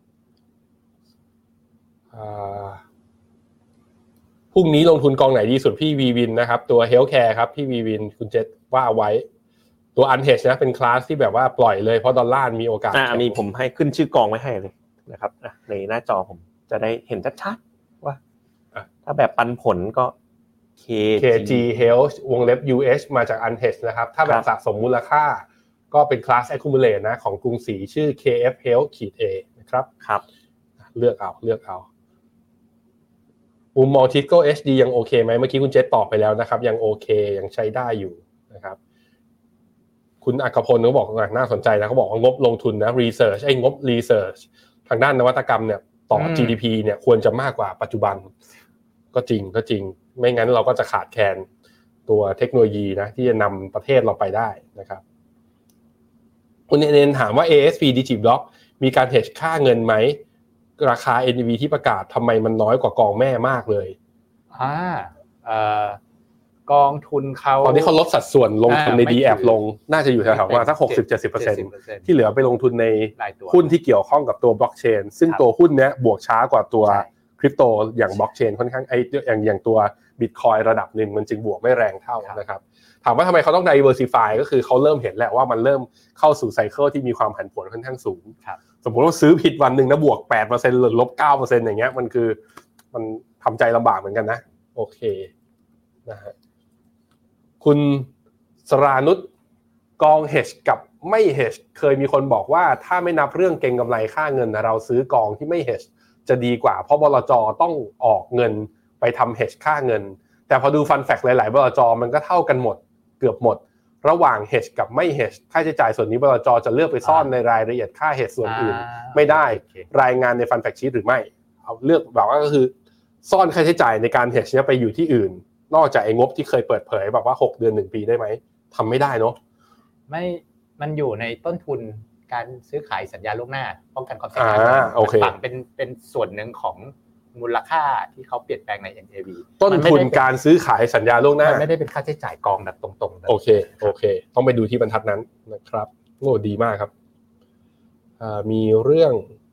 Speaker 2: อ่าพรุ่งนี้ลงทุนกองไหนดีสุดพี่วีวินนะครับตัว healthcare ครับพี่วีวินคุณเจษว่าไว้ตัว unhedged นะเป็นคลาสที่แบบว่าปล่อยเลยเพราะดอลลาร์มีโอกาส
Speaker 3: อ่ามีผมให้ขึ้นชื่อกองไว้ให้เลยนะครับในหน้าจอผมจะได้เห็นชัดๆว่าถ้าแบบปันผลก็ เค
Speaker 2: เค จี Health วงเล็บ ยู เอช มาจาก unhedged นะครับถ้าแบบสะสมมูลค่าก็เป็นคลาส accumulate นะของกรุงศรีชื่อ เค เอฟ Health A นะครับ
Speaker 3: ครับ
Speaker 2: เลือกเอาเลือกเอามุมมอง Tisco เอช ดี ยังโอเคไหมเมื่อกี้คุณเจษตอบไปแล้วนะครับยังโอเคยังใช้ได้อยู่นะครับคุณอัครพลเขาบอกน่าสนใจนะเขาบอกว่างบลงทุนนะ research ไอ้งบ research ทางด้านนวัตกรรมเนี่ยต่อ จี ดี พี เนี่ยควรจะมากกว่าปัจจุบันก็จริงก็จริงไม่งั้นเราก็จะขาดแคลนตัวเทคโนโลยีนะที่จะนำประเทศเราไปได้นะครับคุณเนนถามว่า เอ เอส พี Digiblock มีการ hedge ค่าเงินไหมราคา เอ็น อี วี ที่ประกาศทำไมมันน้อยกว่ากองแม่มากเลย
Speaker 5: อ่าเอ่อกองทุนเขา
Speaker 2: ตอนนี้เขาลดสัดส่วนลงทุนใน ดี แอป ลงน่าจะอยู่แถวๆว่าสัก หกสิบถึงเจ็ดสิบเปอร์เซ็นต์ ที่เหลือไปลงทุนในหุ้นที่เกี่ยวข้องกับตัวบล็อกเชนซึ่งตัวหุ้นเนี้ยบวกช้ากว่าตัวคริปโตอย่างบล็อกเชนค่อนข้างไอ้อย่างอย่างตัว Bitcoin ระดับนึงมันจึงบวกไม่แรงเท่านะครับถามว่าทำไมเขาต้อง diversify ก็คือเขาเริ่มเห็นแหละว่ามันเริ่มเข้าสู่ไซเคิลที่มีความผันผวนค่อนข้างสูงสมมุติว่าซื้อผิดวันนึงนะบวก แปดเปอร์เซ็นต์ หรือลบ เก้าเปอร์เซ็นต์ อย่างเงี้ยมันคือมันทำใจลำบากเหมือนกันนะโอเคนะฮะคุณสรานุชกอง hedge กับไม่ hedge เคยมีคนบอกว่าถ้าไม่นับเรื่องเก็งกำไรค่าเงินนะเราซื้อกองที่ไม่ hedge จะดีกว่าเพราะบลจ.ต้องออกเงินไปทำ hedge ค่าเงินแต่พอดู fun fact หลายๆบลจ.มันก็เท่ากันหมดเกือบหมดระหว่าง hedge กับไม่ hedge ค่าใช้จ่ายส่วนนี้บลจ.จะเลือกไปซ่อนในรายละเอียดค่า hedge ส่วนอื่นไม่ได้รายงานใน fun fact sheet หรือไม่เอาเลือกแบบว่าก็คือซ่อนค่าใช้จ่ายในการ hedge เนี่ยไปอยู่ที่อื่นนอกจากไอ้งบที่เคยเปิดเผยแบบว่าหกเดือนหนึ่งปีได้ไหมทำไม่ได้เนาะ
Speaker 5: ไม่มันอยู่ในต้นทุนการซื้อขายสัญญาล่วงหน้าป้องกันความเสี่ยงฝังเป็นเป็นส่วนหนึ่งของมูลค่าที่เขาเปลี่ยนแปลงใน เอ็น เอ วี
Speaker 2: ต้นทุนการซื้อขายสัญญาล่วงหน้า
Speaker 5: ไม่ได้เป็นค่าใช้จ่ายกองแบบตรงๆ
Speaker 2: โอเคโอเคต้องไปดูที่บรรทัดนั้นนะครับโง่ดีมากครับมีเรื่อง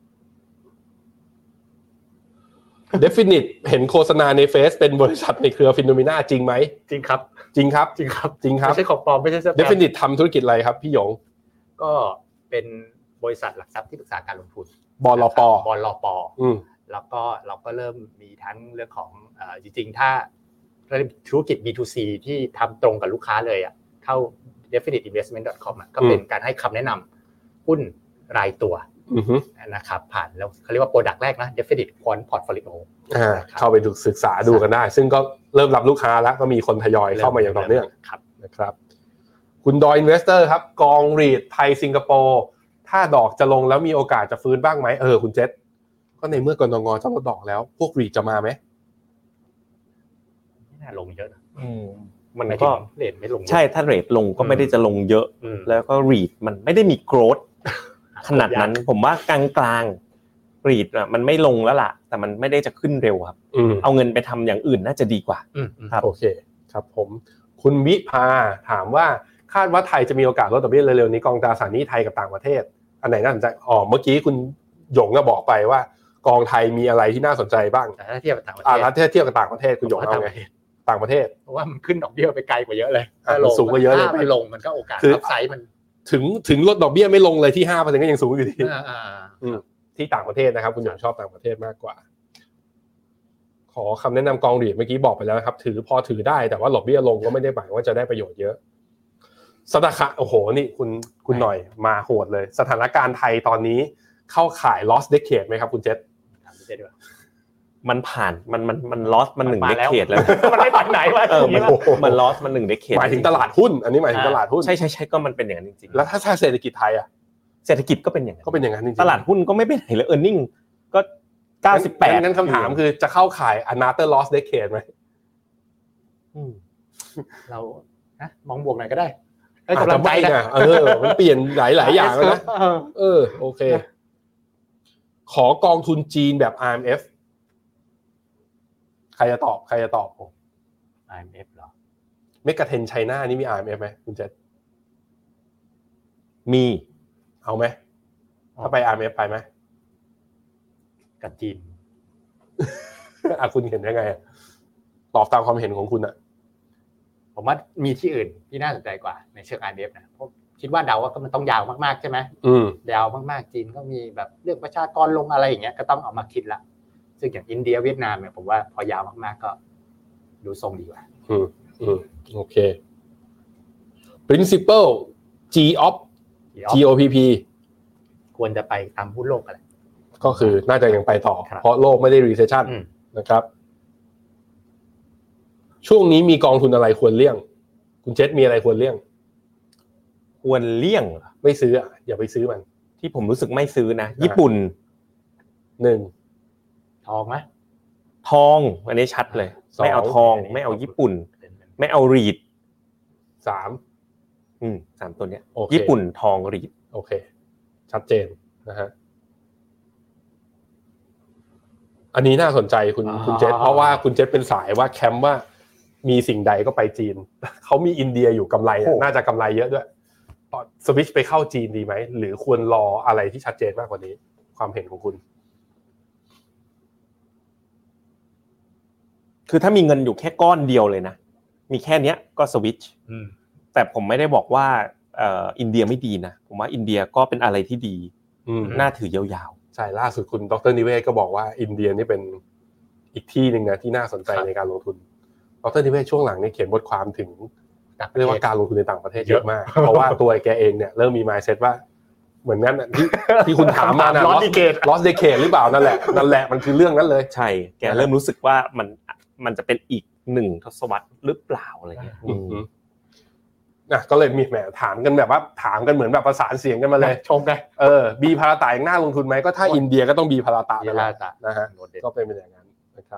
Speaker 2: Definite เห็นโฆษณาในเฟซเป็นบริษัทในเครือ Phenomena จริงไหม
Speaker 5: จริงครับ
Speaker 2: จริงครับ
Speaker 5: จริงครับ
Speaker 2: จริงครับ
Speaker 5: ไม่ใช่ของปลอมไม่ใช่
Speaker 2: Definite ทำธุรกิจอะไรครับพี่หยง
Speaker 5: ก็เป็นบริษัทหลักทรัพย์ที่ปรึกษาการลงทุน
Speaker 2: บลป.
Speaker 5: บลป.
Speaker 2: อืม
Speaker 5: แล้วก็เราก็เริ่มมีทั้งเรื่องของเอ่อจริงๆถ้าธุรกิจ บี ทู ซี ที่ทำตรงกับลูกค้าเลยอ่ะเข้า เดฟฟินิท อินเวสต์เมนต์ ดอท คอม อ่ะก็เป็นการให้คำแนะนำหุ้นรายตัวนะครับผ่านแล้วเขาเรียกว่าโปรดักต์แรกนะ Definite Quant Portfolio
Speaker 2: อ่าเข้าไปดูศึกษาดูกันได้ซึ่งก็เริ่มรับลูกค้าแล้วก็มีคนทยอยเข้ามาอย่างต่อเนื่องนะครับคคุณดอยอินเวสเตอร์ครับกองรีทไทยสิงคโปร์ถ้าดอกจะลงแล้วมีโอกาสจะฟื้นบ้างไหมเออคุณเจษก็ในเมื่อกนงจะลดดอกแล้วพวกรีทจะมาไหม
Speaker 5: ไม่น่าลงเยอะนะ
Speaker 3: มันก็
Speaker 5: เรทไม่ลง
Speaker 3: ใช่ถ้าเรทลงก็ไม่ได้จะลงเยอะแล้วก็รีทมันไม่ได้มีโกรธขนาดนั้นผมว่ากลางๆรีทอ่ะมันไม่ลงแล้วล่ะแต่มันไม่ได้จะขึ้นเร็วครับเอาเงินไปทำอย่างอื่นน่าจะดีกว่า
Speaker 2: ครับโอเคครับผมคุณวิภาถามว่าคาดว่าไทยจะมีโอกาสลดดอกเบี้ยเร็วๆนี้กองตราสารหนี้ไทยกับต่างประเทศอันไหนน่าสนใจอ๋อเมื่อกี้คุณหยงก็บอกไปว่ากองไทยมีอะไรที่น่าสนใจบ้าง
Speaker 5: ถ้าเทียบกับต่างประเทศ
Speaker 2: อ่าถ้าเทียบกับต่างประเทศคุณหยงเอาไงต่างประเทศ
Speaker 5: เพราะว่ามันขึ้นดอกเบี้ยไปไกลกว่าเยอะเลย
Speaker 2: ถ้าลงสูงกว่าเยอะเลย
Speaker 5: ถ้าลงมันก็โอกาสอัพไซด์มัน
Speaker 2: ถึงถึงลดดอกเบี้ยไม่ลงเลยที่ ห้าเปอร์เซ็นต์ ก็ยังสูงอยู่ดีอืมที่ต่างประเทศนะครับคุณหยงชอบต่างประเทศมากกว่าขอคำแนะนำกองรีทเมื่อกี้บอกไปแล้วนะครับถือพอถือได้แต่ว่าดอกเบี้ยลงก็ไม่ได้หมายว่าจะได้ประโยชน์เยอะสถานะโอ้โหนี่คุณคุณหน่อยมาโหดเลยสถานการณ์ไทยตอนนี้เข้าข่าย lost decade ไหมครับคุณเจษ
Speaker 3: มันผ่านมันมันมัน lost มันหนึ่ง decade แล้ว
Speaker 5: มันไม่ไปไหนวะ
Speaker 3: เออมันมัน lost มันหนึ่ง decade
Speaker 2: หมายถึงตลาดหุ้นอันนี้หมายถึงตลาดหุ้น
Speaker 3: ใช่ๆๆก็มันเป็นอย่างนั้นจริง
Speaker 2: ๆแล้วถ้าถ้าเศรษฐกิจไทยอ่ะ
Speaker 3: เศรษฐกิจก็เป็นอย่างนั้น
Speaker 2: ก็เป็นอย่างนั้นจริงๆ
Speaker 3: ตลาดหุ้นก็ไม่ไปไหนเลย earning ก็เก้าสิบแปด
Speaker 2: งั้นคำถามคือจะเข้าข่าย another lost decade มั้ย
Speaker 5: อืมเรานะมองบวกหน่อยก็ได้
Speaker 2: ให้กำลังใจนะเออมันเปลี่ยนหลายๆอย่างแล้วนะเออโอเคขอกองทุนจีนแบบ อาร์ เอ็ม เอฟ ใครจะตอบใครจะตอบผม
Speaker 5: อาร์ เอ็ม เอฟ เหรอ
Speaker 2: เมกะเทรนด์ไชน่านี่มี อาร์ เอ็ม เอฟ มั้ยคุณเจษ
Speaker 3: มี
Speaker 2: เอามั้ยถ้าไป อาร์ เอ็ม เอฟ ไปมั้ย
Speaker 5: กับจีน
Speaker 2: อ่ะคุณเห็นยังไงตอบตามความเห็นของคุณอ่ะ
Speaker 5: ผมว่ามีที่อื่นที่น่าสนใจกว่าในเชิง อาร์ เอ็ม เอฟ นะเพราะคิดว่าเดาว่าก็มันต้องยาวมากๆใช่มั้ย
Speaker 2: อืม
Speaker 5: ยาวมากๆจีนก็มีแบบเรื่องประชากรลงอะไรอย่างเงี้ยก็ต้องเอามาคิดละซึ่งอย่างอินเดียเวียดนามเนี่ยผมว่าพอยาวมากๆก็ดูทรงดีกว่า
Speaker 2: อืมอืมโอเค principle G O P G O P P
Speaker 5: ควรจะไปตามหุ้นโลกอะไร
Speaker 2: ก็คือน่าจะยังไปต่อเพราะโลกไม่ได้ recession นะครับช่วงนี้มีกองทุนอะไรควรเลี่ยงคุณเจษมีอะไรควรเลี่ยง
Speaker 3: ควรเลี่ยง
Speaker 2: ไม่ซื้ออ่ะอย่าไปซื้อมัน
Speaker 3: ที่ผมรู้สึกไม่ซื้อนะญี่ปุ่น
Speaker 2: หนึ่ง
Speaker 5: ทองมั้ย
Speaker 3: ทองอันนี้ชัดเลยไม่เอาทองไม่เอาญี่ปุ่นไม่เอารีท
Speaker 2: สาม
Speaker 3: อืมสามตัวเนี้ยญี่ปุ่นทองรีท
Speaker 2: โอเคชัดเจนนะฮะอันนี้น่าสนใจคุณคุณเจษเพราะว่าคุณเจษเป็นสายว่าแคมป์ว่ามีสิ่งใดก็ไปจีนเขามีอินเดียอยู่กำไรน่าจะกำไรเยอะด้วยสวิตช์ไปเข้าจีนดีไหมหรือควรรออะไรที่ชัดเจนมากกว่านี้ความเห็นของคุณ
Speaker 3: คือถ้ามีเงินอยู่แค่ก้อนเดียวเลยนะมีแค่เนี้ยก็สวิตช์แต่ผมไม่ได้บอกว่าเอ่ออินเดียไม่ดีนะผมว่าอินเดียก็เป็นอะไรที่ดีน่าถือยาว
Speaker 2: ๆใช่ล่าสุดคุณดร.นิเวศก็บอกว่าอินเดียนี่เป็นอีกที่นึงนะที่น่าสนใจในการลงทุนดร.นิเวศช่วงหลังนี่เขียนบทความถึงเรียกว่าการลงทุนในต่างประเทศเยอะมากเพราะว่าตัวแกเองเนี่ยเริ่มมี mindset ว่าเหมือนนั้นที่ที่คุณถามมานะ
Speaker 5: lost decade
Speaker 2: lost decade หรือเปล่านั่นแหละนั่นแหละมันคือเรื่องนั้นเลย
Speaker 3: ใช่แกเริ่มรู้สึกว่ามันมันจะเป็นอีกหนึ่งทศวรรษหรือเปล่าอะไรเงี้ย
Speaker 2: นะก็เลยมีแหมถามกันแบบว่าถามกันเหมือนแบบประสานเสียงกันมาเลย
Speaker 5: ชมกัน
Speaker 2: เออบีพาราตายังน่าลงทุนไหมก็ถ้าอินเดียก็ต้องบีพาราตาแล้วนะฮะก็เป็นอย่างนั้นนะครับ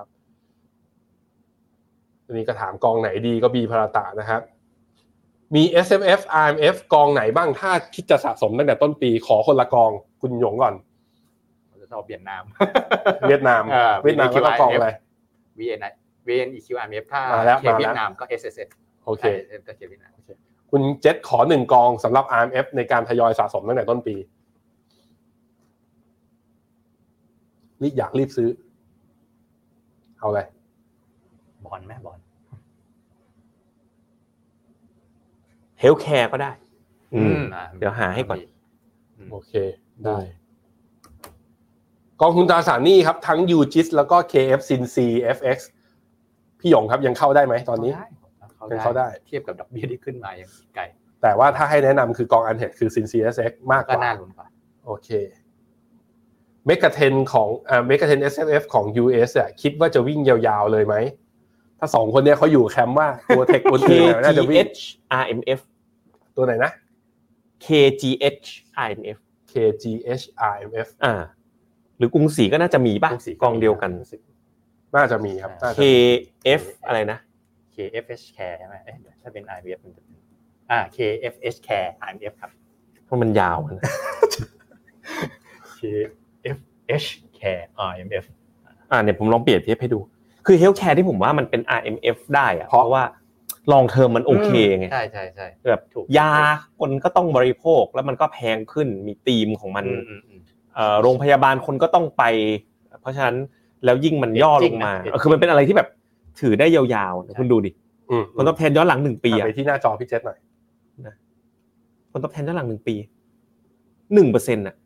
Speaker 2: ทีนี้ก็ถามกองไหนดีก็บีพาราตานะครับมี เอส เอ็ม เอฟ อาร์ เอ็ม เอฟ กองไหนบ้างถ้าคิดจะสะสมตั้งแต่ต้นปีขอคนละกองคุณหยงก่อน
Speaker 5: จะเอาเวียดนาม
Speaker 2: เวียดนามเวียดนามก็กองอะไร
Speaker 5: วี เอ็น วี เอ็น อี คิว อาร์ เอ็ม เอฟ ถ้าเคเวียดนามก็ เอส เอส เอส
Speaker 2: โอเคคุณเจษขอหนึ่งกองสำหรับ อาร์ เอ็ม เอฟ ในการทยอยสะสมตั้งแต่ต้นปีนี่อยากรีบซื้อเอาอะไร
Speaker 5: บอนด์มั้ยบอนด์
Speaker 3: เฮลท์แคร์ก็ได้อืมเดี๋ยวหาให้ก่อน
Speaker 2: โอเคได้กองทุนตราสารหนี้ครับทั้ง ยู จี ไอ เอส แล้วก็ เค เอฟ ซิน ซี เอฟ เอ็กซ์ พี่หยงครับยังเข้าได้ไหมตอนนี้ยังเข้าได้
Speaker 5: เทียบกับดอกเบี้ยที่ขึ้นมายังไกล
Speaker 2: แต่ว่าถ้าให้แนะนำคือกองอันเฮดคือ ซิน ซี เอฟ เอ็กซ์ มากกว่า
Speaker 5: ก็น่าลุ้นกว่า
Speaker 2: โอเคเมกะเทรนด์ของเอ่อเมกะเทรนด์ เอส เอ็ม เอฟ ของ ยู เอส อ่ะคิดว่าจะวิ่งยาวๆเลยไหมถ้าสองคนเนี้ยเขาอยู่แคมป์ว่าตัวเทคอุนเทน่าจะวิ่ง
Speaker 3: อาร์ เอ็ม เอฟ
Speaker 2: ตัวไหนนะ
Speaker 3: เค จี เอช ไอ เอ็ม เอฟ
Speaker 2: เค จี เอช ไอ เอ็ม เอฟ
Speaker 3: อ่าหรือกรุงศรีก็น่าจะมีป่ะกองเดียวกัน
Speaker 2: น่าจะมีครับ
Speaker 3: เค เอฟ อะไรนะ
Speaker 5: เค เอฟ เอช Care ใช่ไหมเอ๊ะถ้าเป็น ไอ วี เอฟ มันจะเป็นอ่า เค เอฟ เอช Care ไอ วี เอฟ ครับ
Speaker 3: เพราะมันยาวนะ
Speaker 5: เค เอฟ เอช Care ไอ เอ็ม เอฟ
Speaker 3: อ่าเนี่ยผมลองเปรียบเทียบให้ดูคือ Healthcare ที่ผมว่ามันเป็น อาร์ เอ็ม เอฟ ได้อะเพราะว่าลองเทอมมันโอเคไง
Speaker 5: ใช่ๆๆ
Speaker 3: แบบยาคนก็ต้องบริโภคแล้วมันก็แพงขึ้นมีธีมของมันเอ่อโรงพยาบาลคนก็ต้องไปเพราะฉะนั้นแล้วยิ่งมันย่อลงมาคือมันเป็นอะไรที่แบบถือได้ยาวๆคุณดูดิผลตอบแทนย้อนหลังหนึ่งปีอ่ะ
Speaker 2: ไปที่หน้าจอพี่เจษหน่อย
Speaker 3: นะผลตอบแทนย้อนหลังหนึ่งปี หนึ่งเปอร์เซ็นต์ น่ะ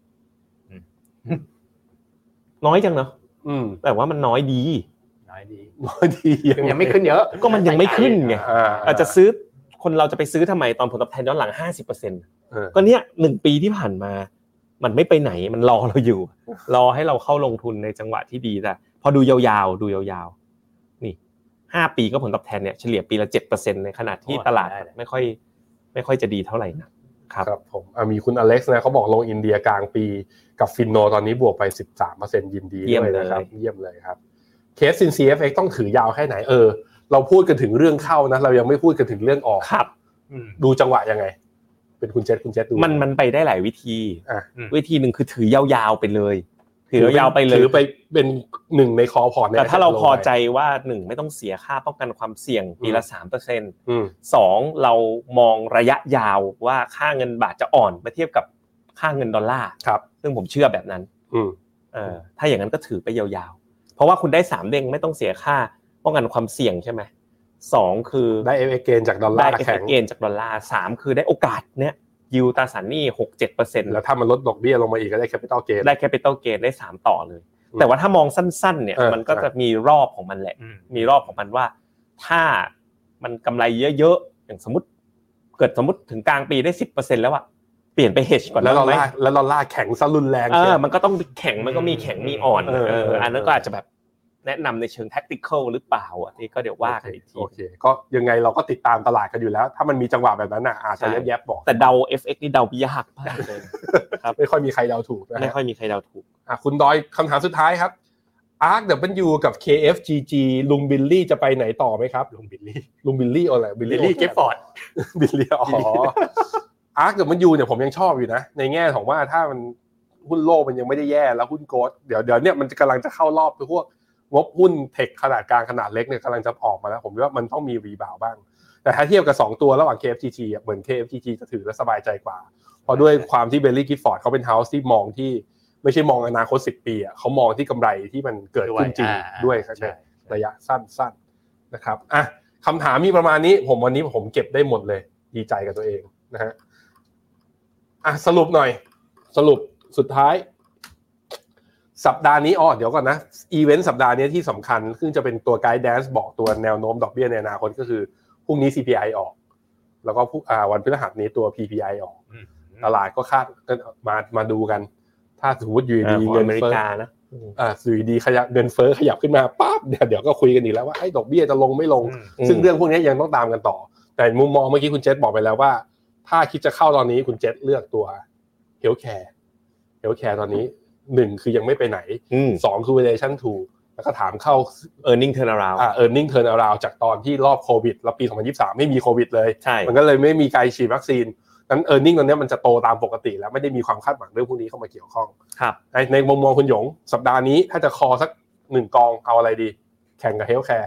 Speaker 3: น้อยจังเนาะอืมแต่ว่ามันน้อยดี
Speaker 5: น้อยดี
Speaker 2: น้อยดี
Speaker 5: ยังไม่ขึ้นเยอะ
Speaker 3: ก็มันยังไม่ขึ้นไงอาจจะซื้อคนเราจะไปซื้อทำไมตอนผลตอบแทนย้อนหลัง ห้าสิบเปอร์เซ็นต์ เออก็เนี่ยหนึ่งปีที่ผ่านมามันไม่ไปไหนมันรอเราอยู่รอให้เราเข้าลงทุนในจังหวะที่ดีแต่พอดูยาวๆดูยาวๆนี่ห้าปีก็ผลตอบแทนเนี่ยเฉลี่ยปีละ เจ็ดเปอร์เซ็นต์ ในขณะที่ตลาดไม่ค่อยไม่ค่อยจะดีเท่าไหร่นะครับ
Speaker 2: ครับผมอ่ะมีคุณอเล็กซ์นะเขาบอกลงอินเดียกลางปีกับฟินโนตอนนี้บวกไป สิบสามเปอร์เซ็นต์ ยินดีด้วยนะครับเยี่ยมเลยครับเคสซิน ซี เอฟ เอ็กซ์ ต้องถือยาวแค่ไหนเออเราพูดกันถึงเรื่องเข้านะเรายังไม่พูดกันถึงเรื่องออก
Speaker 3: ครับ
Speaker 2: ดูจังหวะยังไงเป็นคุณเจษคุณเจษดู
Speaker 3: มันมันไปได้หลายวิธีอ่ะวิธีนึงคือถือยาวๆไปเลยถือยาวๆไปเลย
Speaker 2: ถือไปเป็นหนึ่งในคอพอร์ต
Speaker 3: แต่ถ้าเราพอใจว่าหนึ่งไม่ต้องเสียค่าป้องกันความเสี่ยงปีละ สามเปอร์เซ็นต์ อืมสองเรามองระยะยาวว่าค่าเงินบาทจะอ่อนเมื่อเทียบกับค่าเงินดอลลาร์
Speaker 2: ครับ
Speaker 3: ซึ่งผมเชื่อแบบนั้นอืมเออถ้าอย่างนั้นก็ถือไปยาวๆเพราะว่าคุณได้สามเด้งไม่ต้องเสียค่าป้องกันความเสี่ยงใช่มั้ยสองคือ
Speaker 2: ได้ เอฟ เอ็กซ์ gain จากดอลลาร์
Speaker 3: แข็ง gain จากดอลลาร์สามคือได้โอกาสเนี้ยยิวตราสารหนี้ หกถึงเจ็ดเปอร์เซ็นต์
Speaker 2: แล้วถ้ามันลดดอกเบี้ยลงมาอีกก็ได้ capital gain
Speaker 3: ได้ capital gain ได้สามต่อเลยแต่ว่าถ้ามองสั้นๆเนี่ยมันก็จะมีรอบของมันแหละมีรอบของมันว่าถ้ามันกำไรเยอะๆอย่างสมมุติเกิดสมมุติถึงกลางปีได้ สิบเปอร์เซ็นต์ แล้วอะเปลี่ยนไป hedge ก่อน
Speaker 2: แล้วดอลลาร์แล้วดอลลาร์แข็งซะรุนแรง
Speaker 3: เออมันก็ต้องแข็งมันก็มีแข็งมีอ่อนเอออันนั้นก็อาจจะแบบแนะนำในเชิง tactical หรือเปล่าอ่ะนี่ก็เดี๋ยวว่ากันอีกที
Speaker 2: โอเคก็ยังไงเราก็ติดตามตลาดกันอยู่แล้วถ้ามันมีจังหวะแบบนั้นน่ะอาจจะแยบๆบอก
Speaker 3: แต่เดา เอฟ เอ็กซ์ นี่เดายากมากเลย
Speaker 2: ครับไม่ค่อยมีใครเดาถูกนะ
Speaker 3: ไม่ค่อยมีใครเดาถูก
Speaker 2: อ่ะคุณดอยคำถามสุดท้ายครับ อาร์ค ดับเบิลยู กับ เค เอฟ จี จี ลุงบิลลี่จะไปไหนต่อมั้ยครับลุงบิลลี่ลุงบิลลี่อะไรบิลลี่
Speaker 5: เก็บฟอร์ด
Speaker 2: บิลลี่อ๋อ อาร์ค ดับเบิลยู เนี่ยผมยังชอบอยู่นะในแง่ของว่าถ้ามันหุ้นโลกมันยังไม่ได้แย่แล้วหุ้นโกลด์เดี๋ยวเดี๋ยวเนี่ยมันกำลังจะเข้ารอบพวกงบหุ้นเทคขนาดกลางขนาดเล็กเนี่ยกำลังจะออกมาแล้วผมว่ามันต้องมีรีบาวบ้างแต่ถ้าเทียบกับสองตัวระหว่าง เค เอฟ จี จี อ่ะเหมือน เค เอฟ จี จี จะถือแล้วสบายใจกว่าเพราะด้วยความที่เบลลี่กิฟฟอร์ดเขาเป็นเฮาส์ที่มองที่ไม่ใช่มองอนาคตสิบปีอ่ะเขามองที่กำไรที่มันเกิดขึ้นจริงด้วยครับในระยะสั้นๆนะครับอ่ะคำถามมีประมาณนี้ผมวันนี้ผมเก็บได้หมดเลยดีใจกับตัวเองนะฮะอ่ะสรุปหน่อยสรุปสุดท้ายสัปดาห์นี้อ๋อเดี๋ยวก่อนนะอีเวนต์สัปดาห์นี้ที่สำคัญซึ่งจะเป็นตัวไกด์แดนซ์บอกตัวแนวโน้มดอกเบี้ยในอนาคตก็คือพรุ่งนี้ ซี พี ไอ ออกแล้วก็อ่าวันพฤหัสนี้ตัว พี พี ไอ ออกตลาดก็คาดกันมามาดูกันถ้าสมมุติอยู่ดีเงินเฟ้อนะอ่าอยู่ดีขยับเงินเฟ้อขยับขึ้นมาปั๊บเดี๋ยวเดี๋ยวก็คุยกันอีกแล้วว่าไอ้ดอกเบี้ยจะลงไม่ลงซึ่งเรื่องพวกนี้ยังต้องตามกันต่อแต่มุมมองเมื่อกี้คุณเจษบอกไปแล้วว่าถ้าคิดจะเข้าตอนนี้คุณเจษเลือกตัว Healthcare Healthcare ตอนนี้หนึ่งคือยังไม่ไปไหนสองคือ valuation ถูกแล้วก็ถามเข้า
Speaker 3: earning turnaround
Speaker 2: อ่า earning turnaround จากตอนที่รอบโควิดแล้วปีสองพันยี่สิบสามไม่มีโควิดเลยมันก็เลยไม่มีการฉีดวัคซีนนั้น earning ตอนนี้มันจะโตตามปกติแล้วไม่ได้มีความคาดหวังเรื่องพวกนี้เข้ามาเกี่ยวข้อง
Speaker 3: ครับ
Speaker 2: ในในมุมมองคุณหยงสัปดาห์นี้ถ้าจะคอสักหนึ่งกองเอาอะไรดีแข่งกับ Healthcare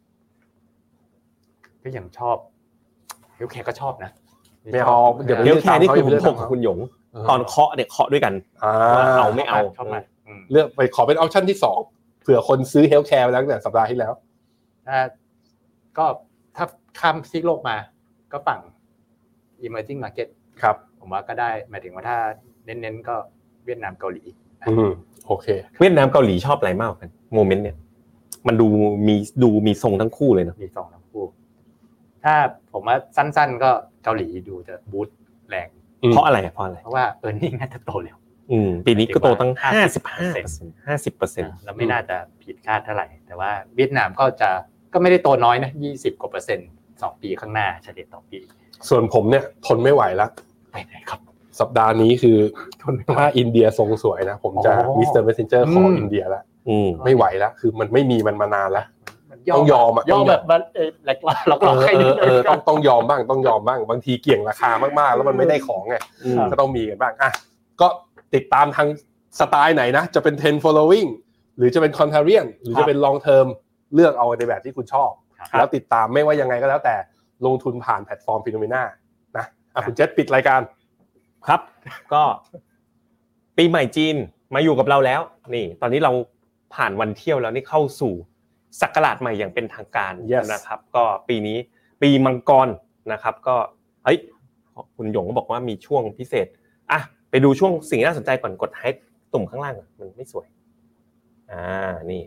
Speaker 5: ก็ยังชอบ Healthcare ก็ชอบนะ
Speaker 2: ไม่เอาเดี๋ยว
Speaker 3: Healthcare นี่คือผมถกกับคุณหยงตอนเคาะเนี่ยเคาะด้วยกันว่าเอาไม่เอา
Speaker 5: ชอบมาก
Speaker 2: เลือกไปขอเป็นออปชั่นที่สองเผื่อคนซื้อ Healthcare ไปแล้วตั้งแต่สัปดาห์ที่แล้ว
Speaker 5: ถ้าก็ถ้าข้ามซีกโลกมาก็ฝั่ง emerging market
Speaker 2: ครับ
Speaker 5: ผมว่าก็ได้หมายถึงว่าถ้าเน้นๆก็เวียดนามเกาหลี
Speaker 2: อืมโอเค
Speaker 3: เวียดนามเกาหลีชอบอะไรมากกันโมเมนต์เนี่ยมันดูมีดูมีทรงทั้งคู่เลยนะ
Speaker 5: มีทรงทั้งคู่ถ้าผมว่าสั้นๆก็เกาหลีดูจะบูสต์แรง
Speaker 3: เพราะอะไรเพราะอะไร
Speaker 5: เพราะว่า earning น่าจะโตเร็ว
Speaker 3: อืมปีนี้ก็โตตั้ง ห้าสิบห้าเปอร์เซ็นต์ ห้าสิบเปอร์เซ็นต์
Speaker 5: แล้วไม่น่าจะผิดคาดเท่าไหร่แต่ว่าเวียดนามก็จะก็ไม่ได้โตน้อยนะยี่สิบกว่าเปอร์เซ็นต์สองปีข้างหน้าเฉลี่ยต่อปี
Speaker 2: ส่วนผมเนี่ยทนไม่ไหวแล้ว
Speaker 5: ไปไหนครับ
Speaker 2: สัปดาห์นี้คือถ้าอินเดียทรงสวยนะผมจะมิสเตอร์เมสเซนเจอร์ขออินเดียแล้วไม่ไหวแล้วคือมันไม่มีมันมานานแล้วต้องยอมอ่ะ
Speaker 5: ยอมแบบเออแหลกล็อกๆให้
Speaker 2: เออต้องต้องยอมบ้างต้องยอมบ้างบางทีเกี่ยงราคามากๆแล้วมันไม่ได้ของไงก็ต้องมีกันบ้างอ่ะก็ติดตามทางสไตล์ไหนนะจะเป็น trend following หรือจะเป็น contrarian หรือจะเป็น long term เลือกเอาในแบบที่คุณชอบแล้วติดตามไม่ว่ายังไงก็แล้วแต่ลงทุนผ่านแพลตฟอร์ม Phenomena นะอ่ะคุณเจษปิดรายการ
Speaker 3: ครับก็ปีใหม่จีนมาอยู่กับเราแล้วนี่ตอนนี้เราผ่านวันเที่ยวแล้วนี่เข้าสู่ศักราชใหม่อย่างเป็นทางการ
Speaker 2: yes.
Speaker 3: นะครับก็ปีนี้ปีมังกรนะครับก็เฮ้ยคุณหยงก็บอกว่ามีช่วงพิเศษอ่ะไปดูช่วงสิ่งน่าสนใจก่อนกดให้ตุ่มข้างล่างมันไม่สวยอ่านี่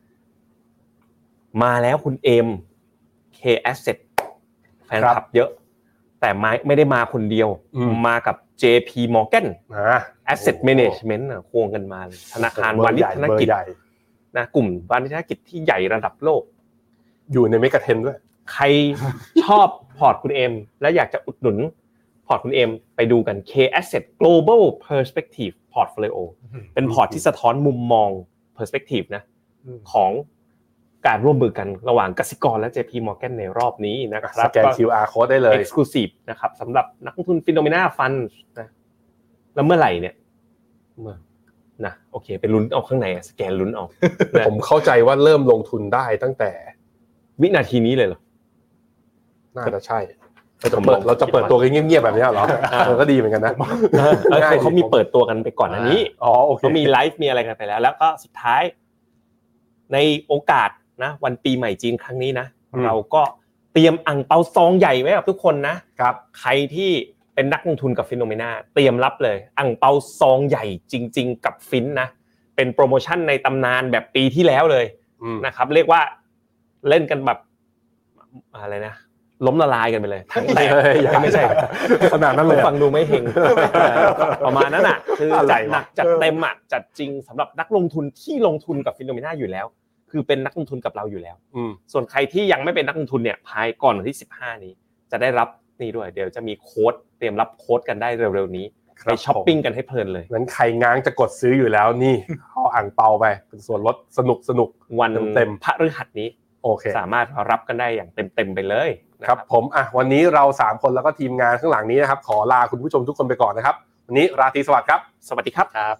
Speaker 3: มาแล้วคุณเอ็ม K Asset แฟนคลับเยอะแต่ไม่ไม่ได้มาคนเดียวมากับ เจ พี Morgan
Speaker 2: อ่า
Speaker 3: Asset Management น่ะควงกันมาเลยธนาคารวานิชธนกิจนะกลุ่มวานิชธนกิจที่ใหญ่ระดับโลก
Speaker 2: อยู่ในเมกะเทรนด์ด้วย
Speaker 3: ใครชอบพอร์ตคุณเอ็มและอยากจะอุดหนุนพอร์ตคุณเอ็มไปดูกัน K Asset Global Perspective Portfolio เป็นพอร์ตที่สะท้อนมุมมอง Perspective นะของการร่วมมือกันระหว่างกสิกรและ เจ พี Morgan ในรอบนี้นะครับ
Speaker 2: สแกน คิว อาร์ Code ได้เลย
Speaker 3: Exclusive นะครับสำหรับนักลงทุน Phenomena Fund นะแล้วเมื่อไหร่เนี่ยเมื่อนะโอเคไปลุ้นเอาข้างในสแกนลุ้นเอา
Speaker 2: ผมเข้าใจว่าเริ่มลงทุนได้ตั้งแต่
Speaker 3: วินาทีนี้เลยเหรอ
Speaker 2: น่าจะใช่เราจะเปิดเราจะเปิดตัวกันเงียบๆแบบนี้เหรอเออก็ดีเหมือนกันนะ
Speaker 3: ง่ายเขามีเปิดตัวกันไปก่อนอันนี้
Speaker 2: อ๋อโอเค
Speaker 3: เขามีไลฟ์มีอะไรกันไปแล้วแล้วก็สุดท้ายในโอกาสนะวันปีใหม่จีนครั้งนี้นะเราก็เตรียมอั่งเปาซองใหญ่ไว้กับทุกคนนะครับใครที่เป็นนักลงทุนกับ Phenomena เตรียมรับเลยอั่งเปาซองใหญ่จริงๆกับฟินนะเป็นโปรโมชั่นในตำนานแบบปีที่แล้วเลยนะครับเรียกว่าเล่นกันแบบอะไรนะล้มละลายกันไปเลยทั้งแต่ไม่ใช่
Speaker 2: ขนาดนั้นเลย
Speaker 3: ฟังดูไม่เฮงประมาณนั้นน่ะคือจัดหนักจัดเต็มอ่ะจัดจริงสำหรับนักลงทุนที่ลงทุนกับ Phenomena อยู่แล้วคือเป็นนักลงทุนกับเราอยู่แล้วส่วนใครที่ยังไม่เป็นนักลงทุนเนี่ยภายก่อนวันที่สิบห้านี้จะได้รับนี่ด้วยเดี๋ยวจะมีโค้ดเตรียมรับโค้ดกันได้เร็วๆนี้ไปช้อปปิ้งกันให้เพลินเลย
Speaker 2: งั้นใครง้างจะกดซื้ออยู่แล้วนี่เอาอ่างเปาไปเป็นส่วนลดสนุก
Speaker 3: ๆวันเต็มพฤหัสนี้
Speaker 2: โอเค
Speaker 3: สามารถรับกันได้อย่างเต็มๆไปเลย
Speaker 2: ครับผมอ่ะวันนี้เราสามคนแล้วก็ทีมงานข้างหลังนี้นะครับขอลาคุณผู้ชมทุกคนไปก่อนนะครับวันนี้ราตรีสวัสดิ์ครับ
Speaker 3: สวัสดีครับ
Speaker 5: ครับ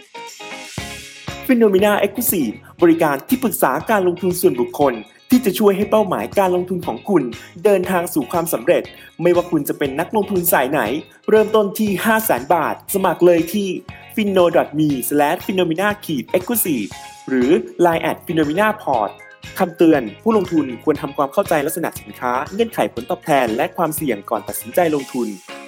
Speaker 6: Phenomena Exclusive บริการที่ปรึกษาการลงทุนส่วนบุคคลที่จะช่วยให้เป้าหมายการลงทุนของคุณเดินทางสู่ความสำเร็จไม่ว่าคุณจะเป็นนักลงทุนสายไหนเริ่มต้นที่ ห้าแสน บาทสมัครเลยที่ ฟินโน ดอท มี สแลช ฟีโนเมนา เอ็กซ์คลูซีฟ หรือ ไลน์ แอท ฟีโนเมนา พอร์ต คำเตือนผู้ลงทุนควรทำความเข้าใจลักษณะสินค้าเงื่อนไขผลตอบแทนและความเสี่ยงก่อนตัดสินใจลงทุน